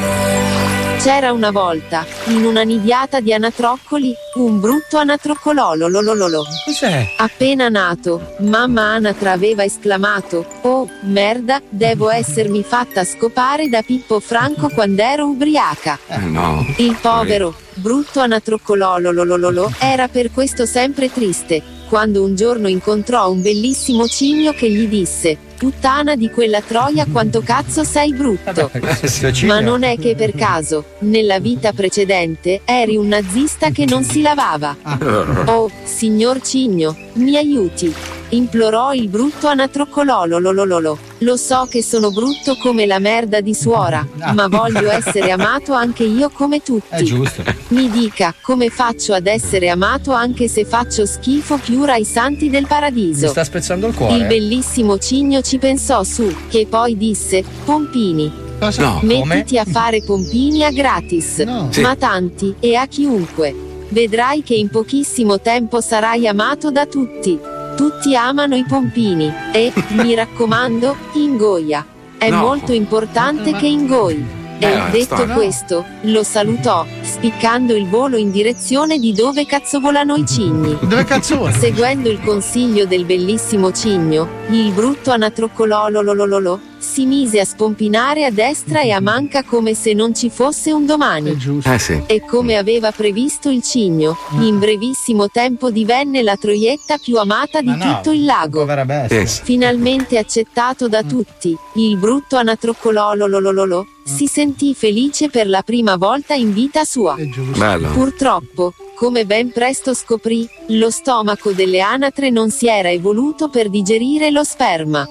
C'era una volta, in una nidiata di anatroccoli, un brutto anatrocco lolo. Cos'è? Appena nato, mamma anatra aveva esclamato: oh, merda, devo essermi fatta scopare da Pippo Franco quando ero ubriaca. No. Il povero, brutto anatrocco lolo era per questo sempre triste, quando un giorno incontrò un bellissimo cigno che gli disse: puttana di quella troia, quanto cazzo sei brutto. Ma non è che per caso, nella vita precedente, eri un nazista che non si lavava. Oh, signor cigno, mi aiuti, implorò il brutto anatrocco lolo. Lo so che sono brutto come la merda di suora, ma voglio essere amato anche io come tutti. È giusto. Mi dica, come faccio ad essere amato anche se faccio schifo più ai santi del paradiso? Mi sta spezzando il cuore. Il bellissimo cigno ci pensò su, che poi disse: pompini. No, mettiti a fare pompini a gratis, ma tanti, e a chiunque. Vedrai che in pochissimo tempo sarai amato da tutti. Tutti amano i pompini e, mi raccomando, ingoia. È molto importante che ingoi. E detto questo, lo salutò, spiccando il volo in direzione di dove cazzo volano i cigni. Dove cazzo volano? Seguendo il consiglio del bellissimo cigno, il brutto anatrocco lolo si mise a spompinare a destra e a manca come se non ci fosse un domani. Sì. E come aveva previsto il cigno, in brevissimo tempo divenne la troietta più amata di tutto il lago. Finalmente accettato da tutti, il brutto anatrocco lolo si sentì felice per la prima volta in vita sua. Bello. Purtroppo, come ben presto scoprì, lo stomaco delle anatre non si era evoluto per digerire lo sperma.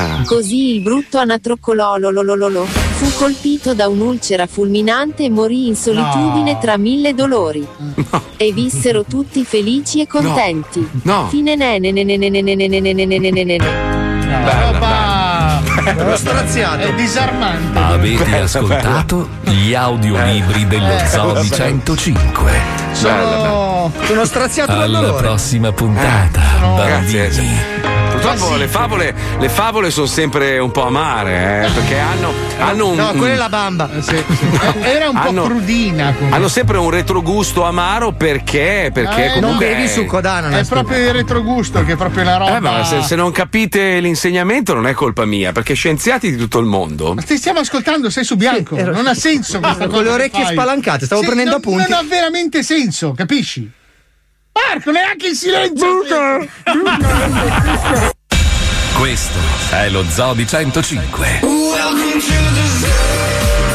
Così il brutto anatrocco lolo fu colpito da un'ulcera fulminante e morì in solitudine tra 1000 dolori. E vissero tutti felici e contenti. Fine Lo straziato è disarmante. Avete ascoltato gli audiolibri dello Zobi 105. Sono straziato dal Alla dolore. prossima puntata, bambini. Purtroppo le favole sono sempre un po' amare, perché hanno un. No, quella è la bamba. Era un po' crudina. Hanno sempre un retrogusto amaro perché comunque. Non bevi succo d'ananas. È proprio il retrogusto che è proprio una roba. Ma se non capite l'insegnamento non è colpa mia, perché scienziati di tutto il mondo. Ma ti stiamo ascoltando, sei su bianco. Non ha senso questa cosa. Con le orecchie spalancate, stavo prendendo appunti. Non ha veramente senso, capisci? Marco, neanche il silenzio. Questo è lo Zoo di 105. Welcome to the zoo.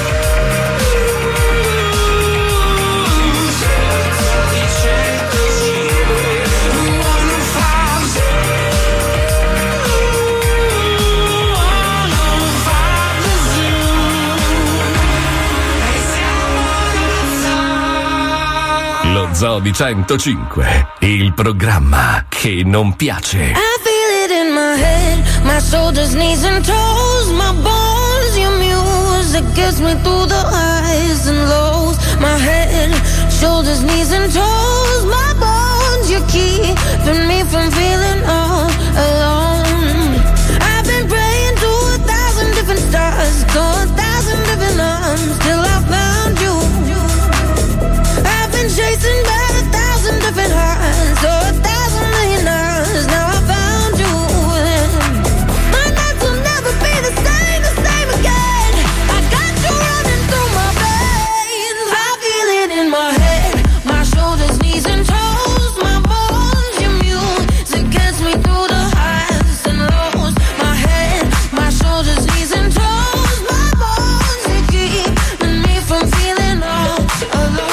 Lo Zoo di 105, il programma che non piace. I feel it in my head, my shoulders, knees and toes, my bones, your music gets me through the highs and lows. My head, shoulders, knees and toes, my bones, you're keeping me from feeling all alone. I've been praying to 1,000 different stars, to 1,000 different arms, till I found you. I've been chasing by 1,000 different hearts, so 1,000 million hours. Now I found you. My nights will never be the same again. I got you running through my veins. I feel it in my head, my shoulders, knees and toes, my bones, your music gets me through the highs and lows. My head, my shoulders, knees and toes, my bones, they keeping me from feeling all alone.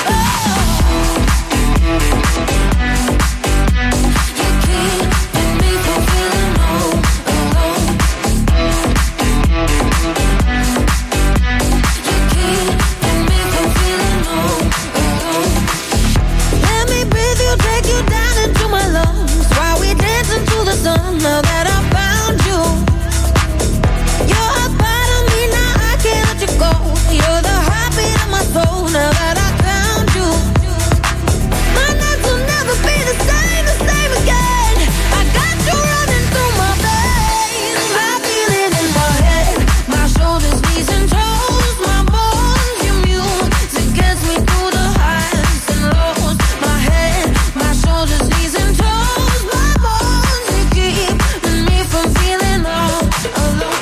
Now that I found you, you're a part of me, now I can't let you go. You're the heartbeat of my soul, now that I found you. My nights will never be the same again. I got you running through my veins. I feel it in my head, my shoulders, knees and toes, my bones, your music gets me through the highs and lows. My head, my shoulders, knees and toes, my bones, you keep me from feeling all alone.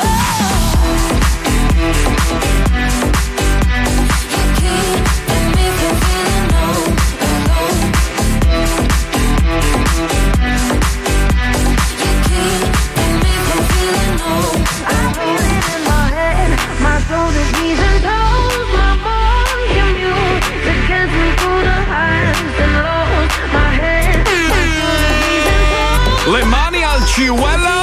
You keep me from feeling all alone. You keep me from feeling all. I feel it in my head, my shoulders, knees and toes, my bones, your music gets me through the highs and lows. My head, my shoulders, knees and toes. Le mani al ciuello!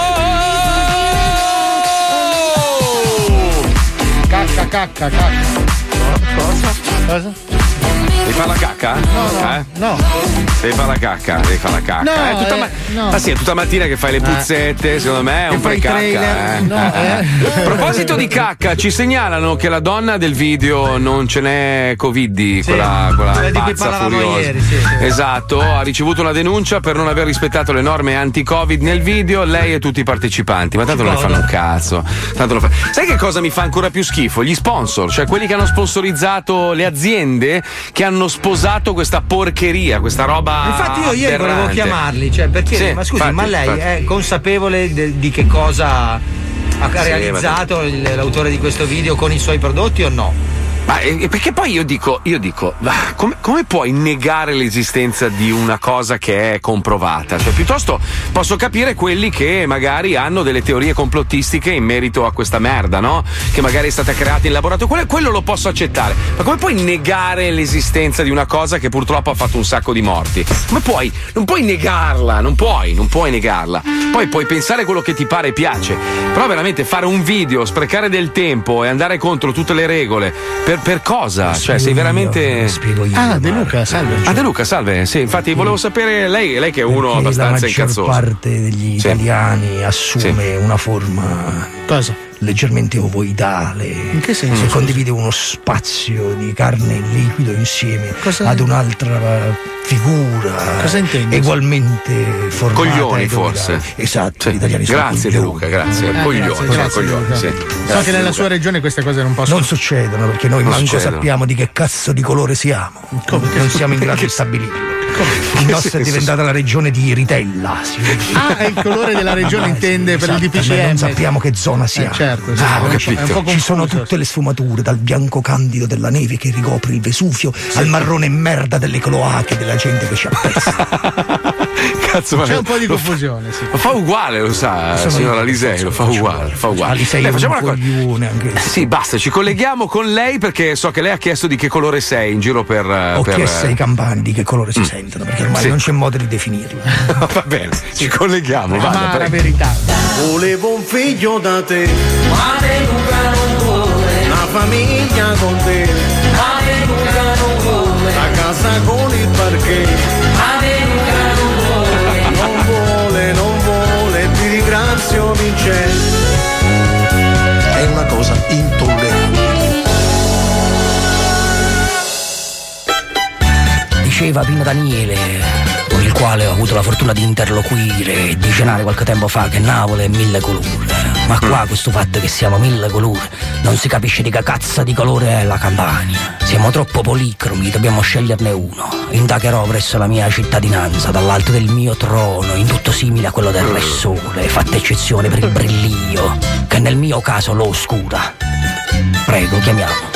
Cacca. Cosa? Devi fare la cacca? No. Devi fare la cacca. No, È tutta no. Ah sì, è tutta mattina che fai le puzzette, secondo me è Che un fai i pre-cacca. trailer. A proposito di cacca, ci segnalano che la donna del video non ce n'è Covid, quella di cui pazza parlavamo furiosa. ieri, sì. Esatto, ha ricevuto una denuncia per non aver rispettato le norme anti-Covid nel video, lei e tutti i partecipanti, ma tanto non ne fanno un cazzo. Sai che cosa mi fa ancora più schifo? Gli sponsor, cioè quelli che hanno sponsorizzato le aziende che hanno sposato questa porcheria, questa roba. Infatti io ieri volevo aberrante. chiamarli, cioè perché, Sì, ma scusi, infatti, ma lei è consapevole di che cosa ha realizzato l'autore di questo video con i suoi prodotti o no? Ma perché poi io dico, come puoi negare l'esistenza di una cosa che è comprovata? Cioè, piuttosto posso capire quelli che magari hanno delle teorie complottistiche in merito a questa merda, no? Che magari è stata creata in laboratorio, quello lo posso accettare. Ma come puoi negare l'esistenza di una cosa che purtroppo ha fatto un sacco di morti? Come puoi? Non puoi negarla, non puoi negarla. Poi puoi pensare quello che ti pare e piace, però veramente fare un video, sprecare del tempo e andare contro tutte le regole per cosa? Cioè, sei veramente. Spiego io. De Luca, salve. De Luca, salve. Sì, infatti volevo sapere lei che è uno Perché abbastanza incazzoso. La maggior parte degli italiani assume una forma leggermente ovoidale. In che senso? Se condivide uno spazio di carne liquido insieme ad un'altra figura. Cosa intendi? Ugualmente formata. Coglioni, ed ovoidale. forse. Esatto, gli italiani sono Grazie De Luca, grazie. Coglioni. Grazie, Luca. Sì. So Grazie, che nella Luca. sua regione queste cose non possono. Non succedono perché noi Non manco succedono. sappiamo di che cazzo di colore siamo. Non siamo in grado di stabilirlo. Il nostro è diventata la regione di Ritella. Ah, è il colore della regione, intende per il DPCM. Non sappiamo che zona sia. Certo, ho capito. è un po' Ci sono confuso. tutte le sfumature, dal bianco candido della neve che ricopre il Vesuvio al marrone merda delle cloache della gente che ci appesta. Cazzo, ma C'è un po' di confusione, sì. Lo fa uguale, lo sa, Sono signora io, Alisei, lo fa uguale. Alisei Lei, è facciamo un una cosa. coglione anche. Sì, basta, ci colleghiamo con lei perché so che lei ha chiesto di che colore sei in giro per. Ho chiesto ai campani di che colore si sentono, perché ormai non c'è modo di definirlo. Va bene, ci colleghiamo, vada. La verità. Volevo un figlio da te, ma Luca non vuole. Una famiglia con te, ma Luca non vuole. La casa con il parquet, ma Luca non vuole. Non vuole, ti ringrazio Vincenzo. È una cosa intollerabile. Diceva Pino Daniele, con il quale ho avuto la fortuna di interloquire e di cenare qualche tempo fa, che Napoli è 1000 colori. Ma qua questo fatto che siamo 1000 colori non si capisce di che cazzo di colore è la Campania. Siamo troppo policromi, dobbiamo sceglierne uno. Indagherò presso la mia cittadinanza, dall'alto del mio trono, in tutto simile a quello del Re Sole, fatta eccezione per il brillio, che nel mio caso lo oscura. Prego, chiamiamo.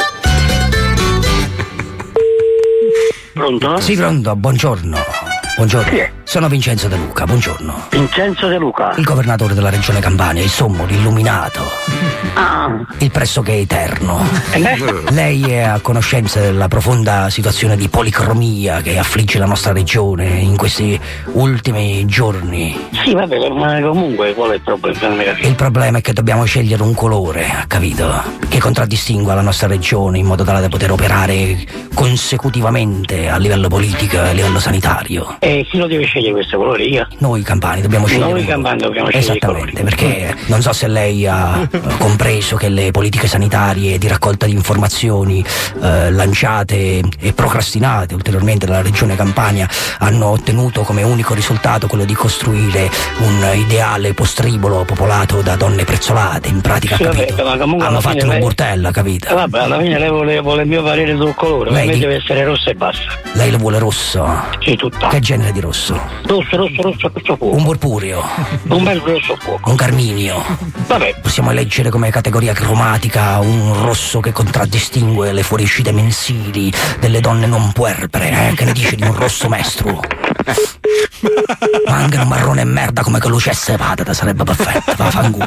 Pronto? Sì, pronto, buongiorno. Buongiorno. Chi è? Sono Vincenzo De Luca, buongiorno. Vincenzo De Luca? Il governatore della regione Campania, il sommo, l'illuminato. Ah. Il pressoché eterno. Lei è a conoscenza della profonda situazione di policromia che affligge la nostra regione in questi ultimi giorni. Sì, vabbè, ma comunque qual è il problema? Il problema è che dobbiamo scegliere un colore, ha capito? Che contraddistingua la nostra regione in modo tale da poter operare consecutivamente a livello politico e a livello sanitario. E chi lo deve scegliere questo colore? Io? Noi campani dobbiamo scegliere. Noi campani dobbiamo scegliere. Esattamente, perché non so se lei ha compreso che le politiche sanitarie di raccolta di informazioni lanciate e procrastinate ulteriormente dalla regione Campania hanno ottenuto come unico risultato quello di costruire un ideale postribolo popolato da donne prezzolate. In pratica, Sì, capito? vabbè, ma comunque Hanno alla fatto fine un lei- bordello, capito? Vabbè, alla fine lei vuole il mio parere sul colore, per Lei me di- deve essere rosso e basta. Lei lo vuole rosso? Sì, tutta. Che genere di rosso? Rosso fuoco. Un purpureo? Un bel rosso fuoco. Un carminio? Vabbè. Possiamo eleggere come categoria cromatica un rosso che contraddistingue le fuoriuscite mensili delle donne non puerpere, Che ne dice di un rosso mestruo? Ma anche un marrone merda come che lucesse patata sarebbe perfetto, vaffanculo.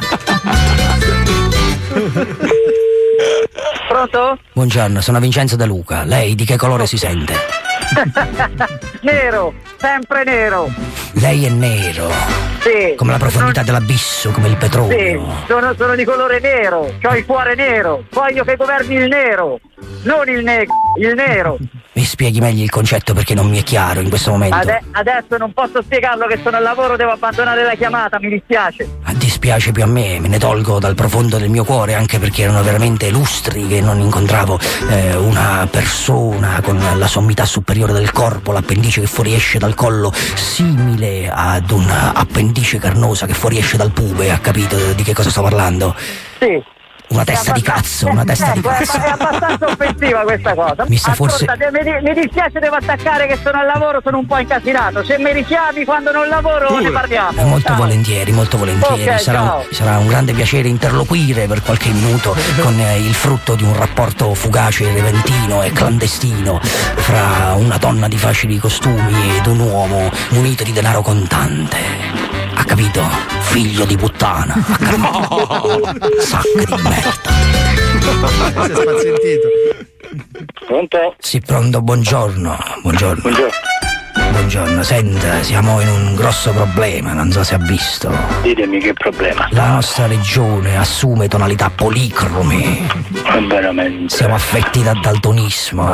Pronto? Buongiorno, sono Vincenzo De Luca. Lei di che colore si sente? Nero, sempre nero. Lei è nero. Sì. Come la profondità dell'abisso, come il Sì, petrolio. sono di colore nero, c'ho il cuore nero, voglio che governi il nero, non il negro, il nero. Mi spieghi meglio il concetto perché non mi è chiaro in questo momento. Adesso non posso spiegarlo che sono al lavoro, devo abbandonare la chiamata, mi dispiace. Dispiace più a me ne tolgo dal profondo del mio cuore, anche perché erano veramente lustri che non incontravo una persona con la sommità superiore del corpo, l'appendice che fuoriesce dal collo simile ad un appendice carnosa che fuoriesce dal pube, ha capito di che cosa sto parlando? Sì. Una testa di cazzo, una testa di cazzo. È abbastanza offensiva questa cosa. Mi sta forse- Ascolta, mi dispiace, devo attaccare che sono al lavoro, sono un po' incasinato. Se mi richiami quando non lavoro ne parliamo. Molto Ciao. volentieri, molto volentieri. Ok, ciao. Sarà un grande piacere interloquire per qualche minuto con il frutto di un rapporto fugace, repentino e clandestino fra una donna di facili costumi ed un uomo munito di denaro contante. Ha capito? Figlio di puttana. Ha capito? Sacca di merda. Si è spazientito. Pronto? Sì, pronto, buongiorno. Buongiorno. Buongiorno, senta, siamo in un grosso problema, non so se ha visto. Ditemi che problema. La nostra regione assume tonalità policromi. Veramente. Siamo affetti da daltonismo.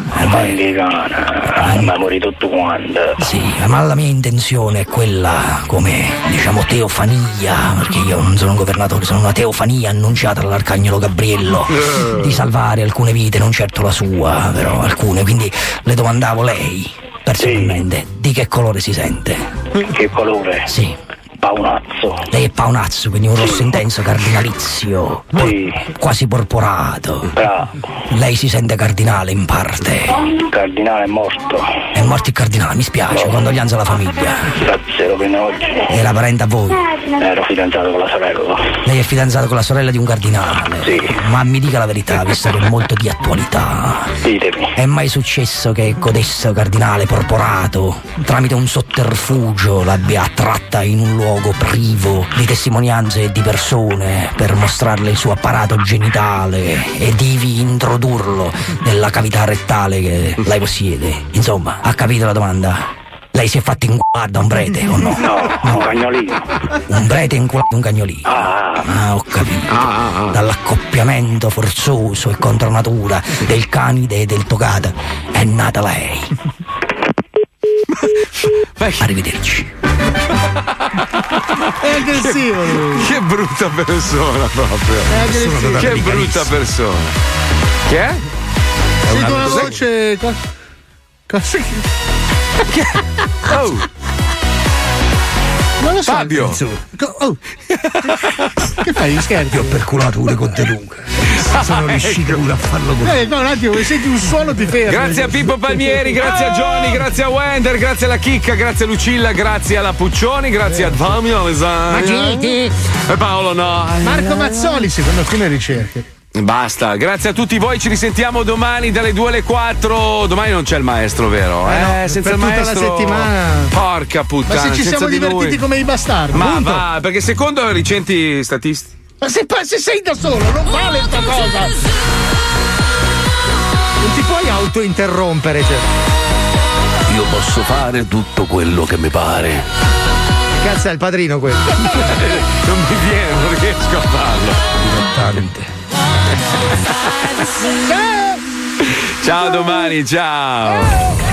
Ma muri tutto quanto. Sì, ma la mia intenzione è quella, come diciamo teofania, perché io non sono un governatore, sono una teofania annunciata dall'arcangelo Gabriello, di salvare alcune vite, non certo la sua, però alcune. Quindi le domandavo lei, personalmente, di che colore si sente? Che colore? Sì. Paonazzo. Lei è paonazzo, quindi un rosso intenso, cardinalizio, quasi porporato. Bravo. Lei si sente cardinale in parte. Il cardinale è morto. È morto il cardinale, mi spiace, condoglianze alla famiglia. Grazie, lo prendo oggi. Era parente a voi? Ero fidanzato con la sorella. Lei è fidanzato con la sorella di un cardinale? Sì. Ma mi dica la verità, visto che è molto di attualità. Ditemi. È mai successo che codesto cardinale porporato, tramite un sotterfugio, l'abbia attratta in un luogo privo di testimonianze e di persone per mostrarle il suo apparato genitale ed ivi introdurlo nella cavità rettale che lei possiede? Insomma, ha capito la domanda? Lei si è fatto inculare da un prete o no? No, un cagnolino. Un prete inculato un cagnolino. Ho capito. Dall'accoppiamento forzoso e contro natura del canide e del togata è nata lei. Arrivederci. È aggressivo lui. Che brutta persona proprio. È aggressivo. Che brutta persona. Che è? Sento una voce. Cosa che. Oh. Non lo so. Fabio. Oh. Che fai, gli scherzi? Ti ho perculato pure con te lunga. Sono riuscito pure a farlo con no, un attimo, senti un suono ti fermi. Grazie a Pippo Palmieri, grazie a Johnny, grazie a Wender, grazie alla Chicca, grazie a Lucilla, grazie alla Puccioni, grazie a Fabio Alessandro e Paolo Noi. Marco Mazzoli, secondo alcune ricerche. Basta, grazie a tutti voi, ci risentiamo domani dalle 2 alle 4. Domani non c'è il maestro, vero? No, senza per il tutta maestro. la settimana. Porca puttana. Ma se ci siamo divertiti come i bastardi. Ma punto. va, perché secondo recenti statistiche. Ma se sei da solo, non vale sta cosa. Non ti puoi autointerrompere, cioè. Io posso fare tutto quello che mi pare. Che cazzo è il padrino quello? Non mi viene, non riesco a farlo. Direttamente. Ciao domani, ciao.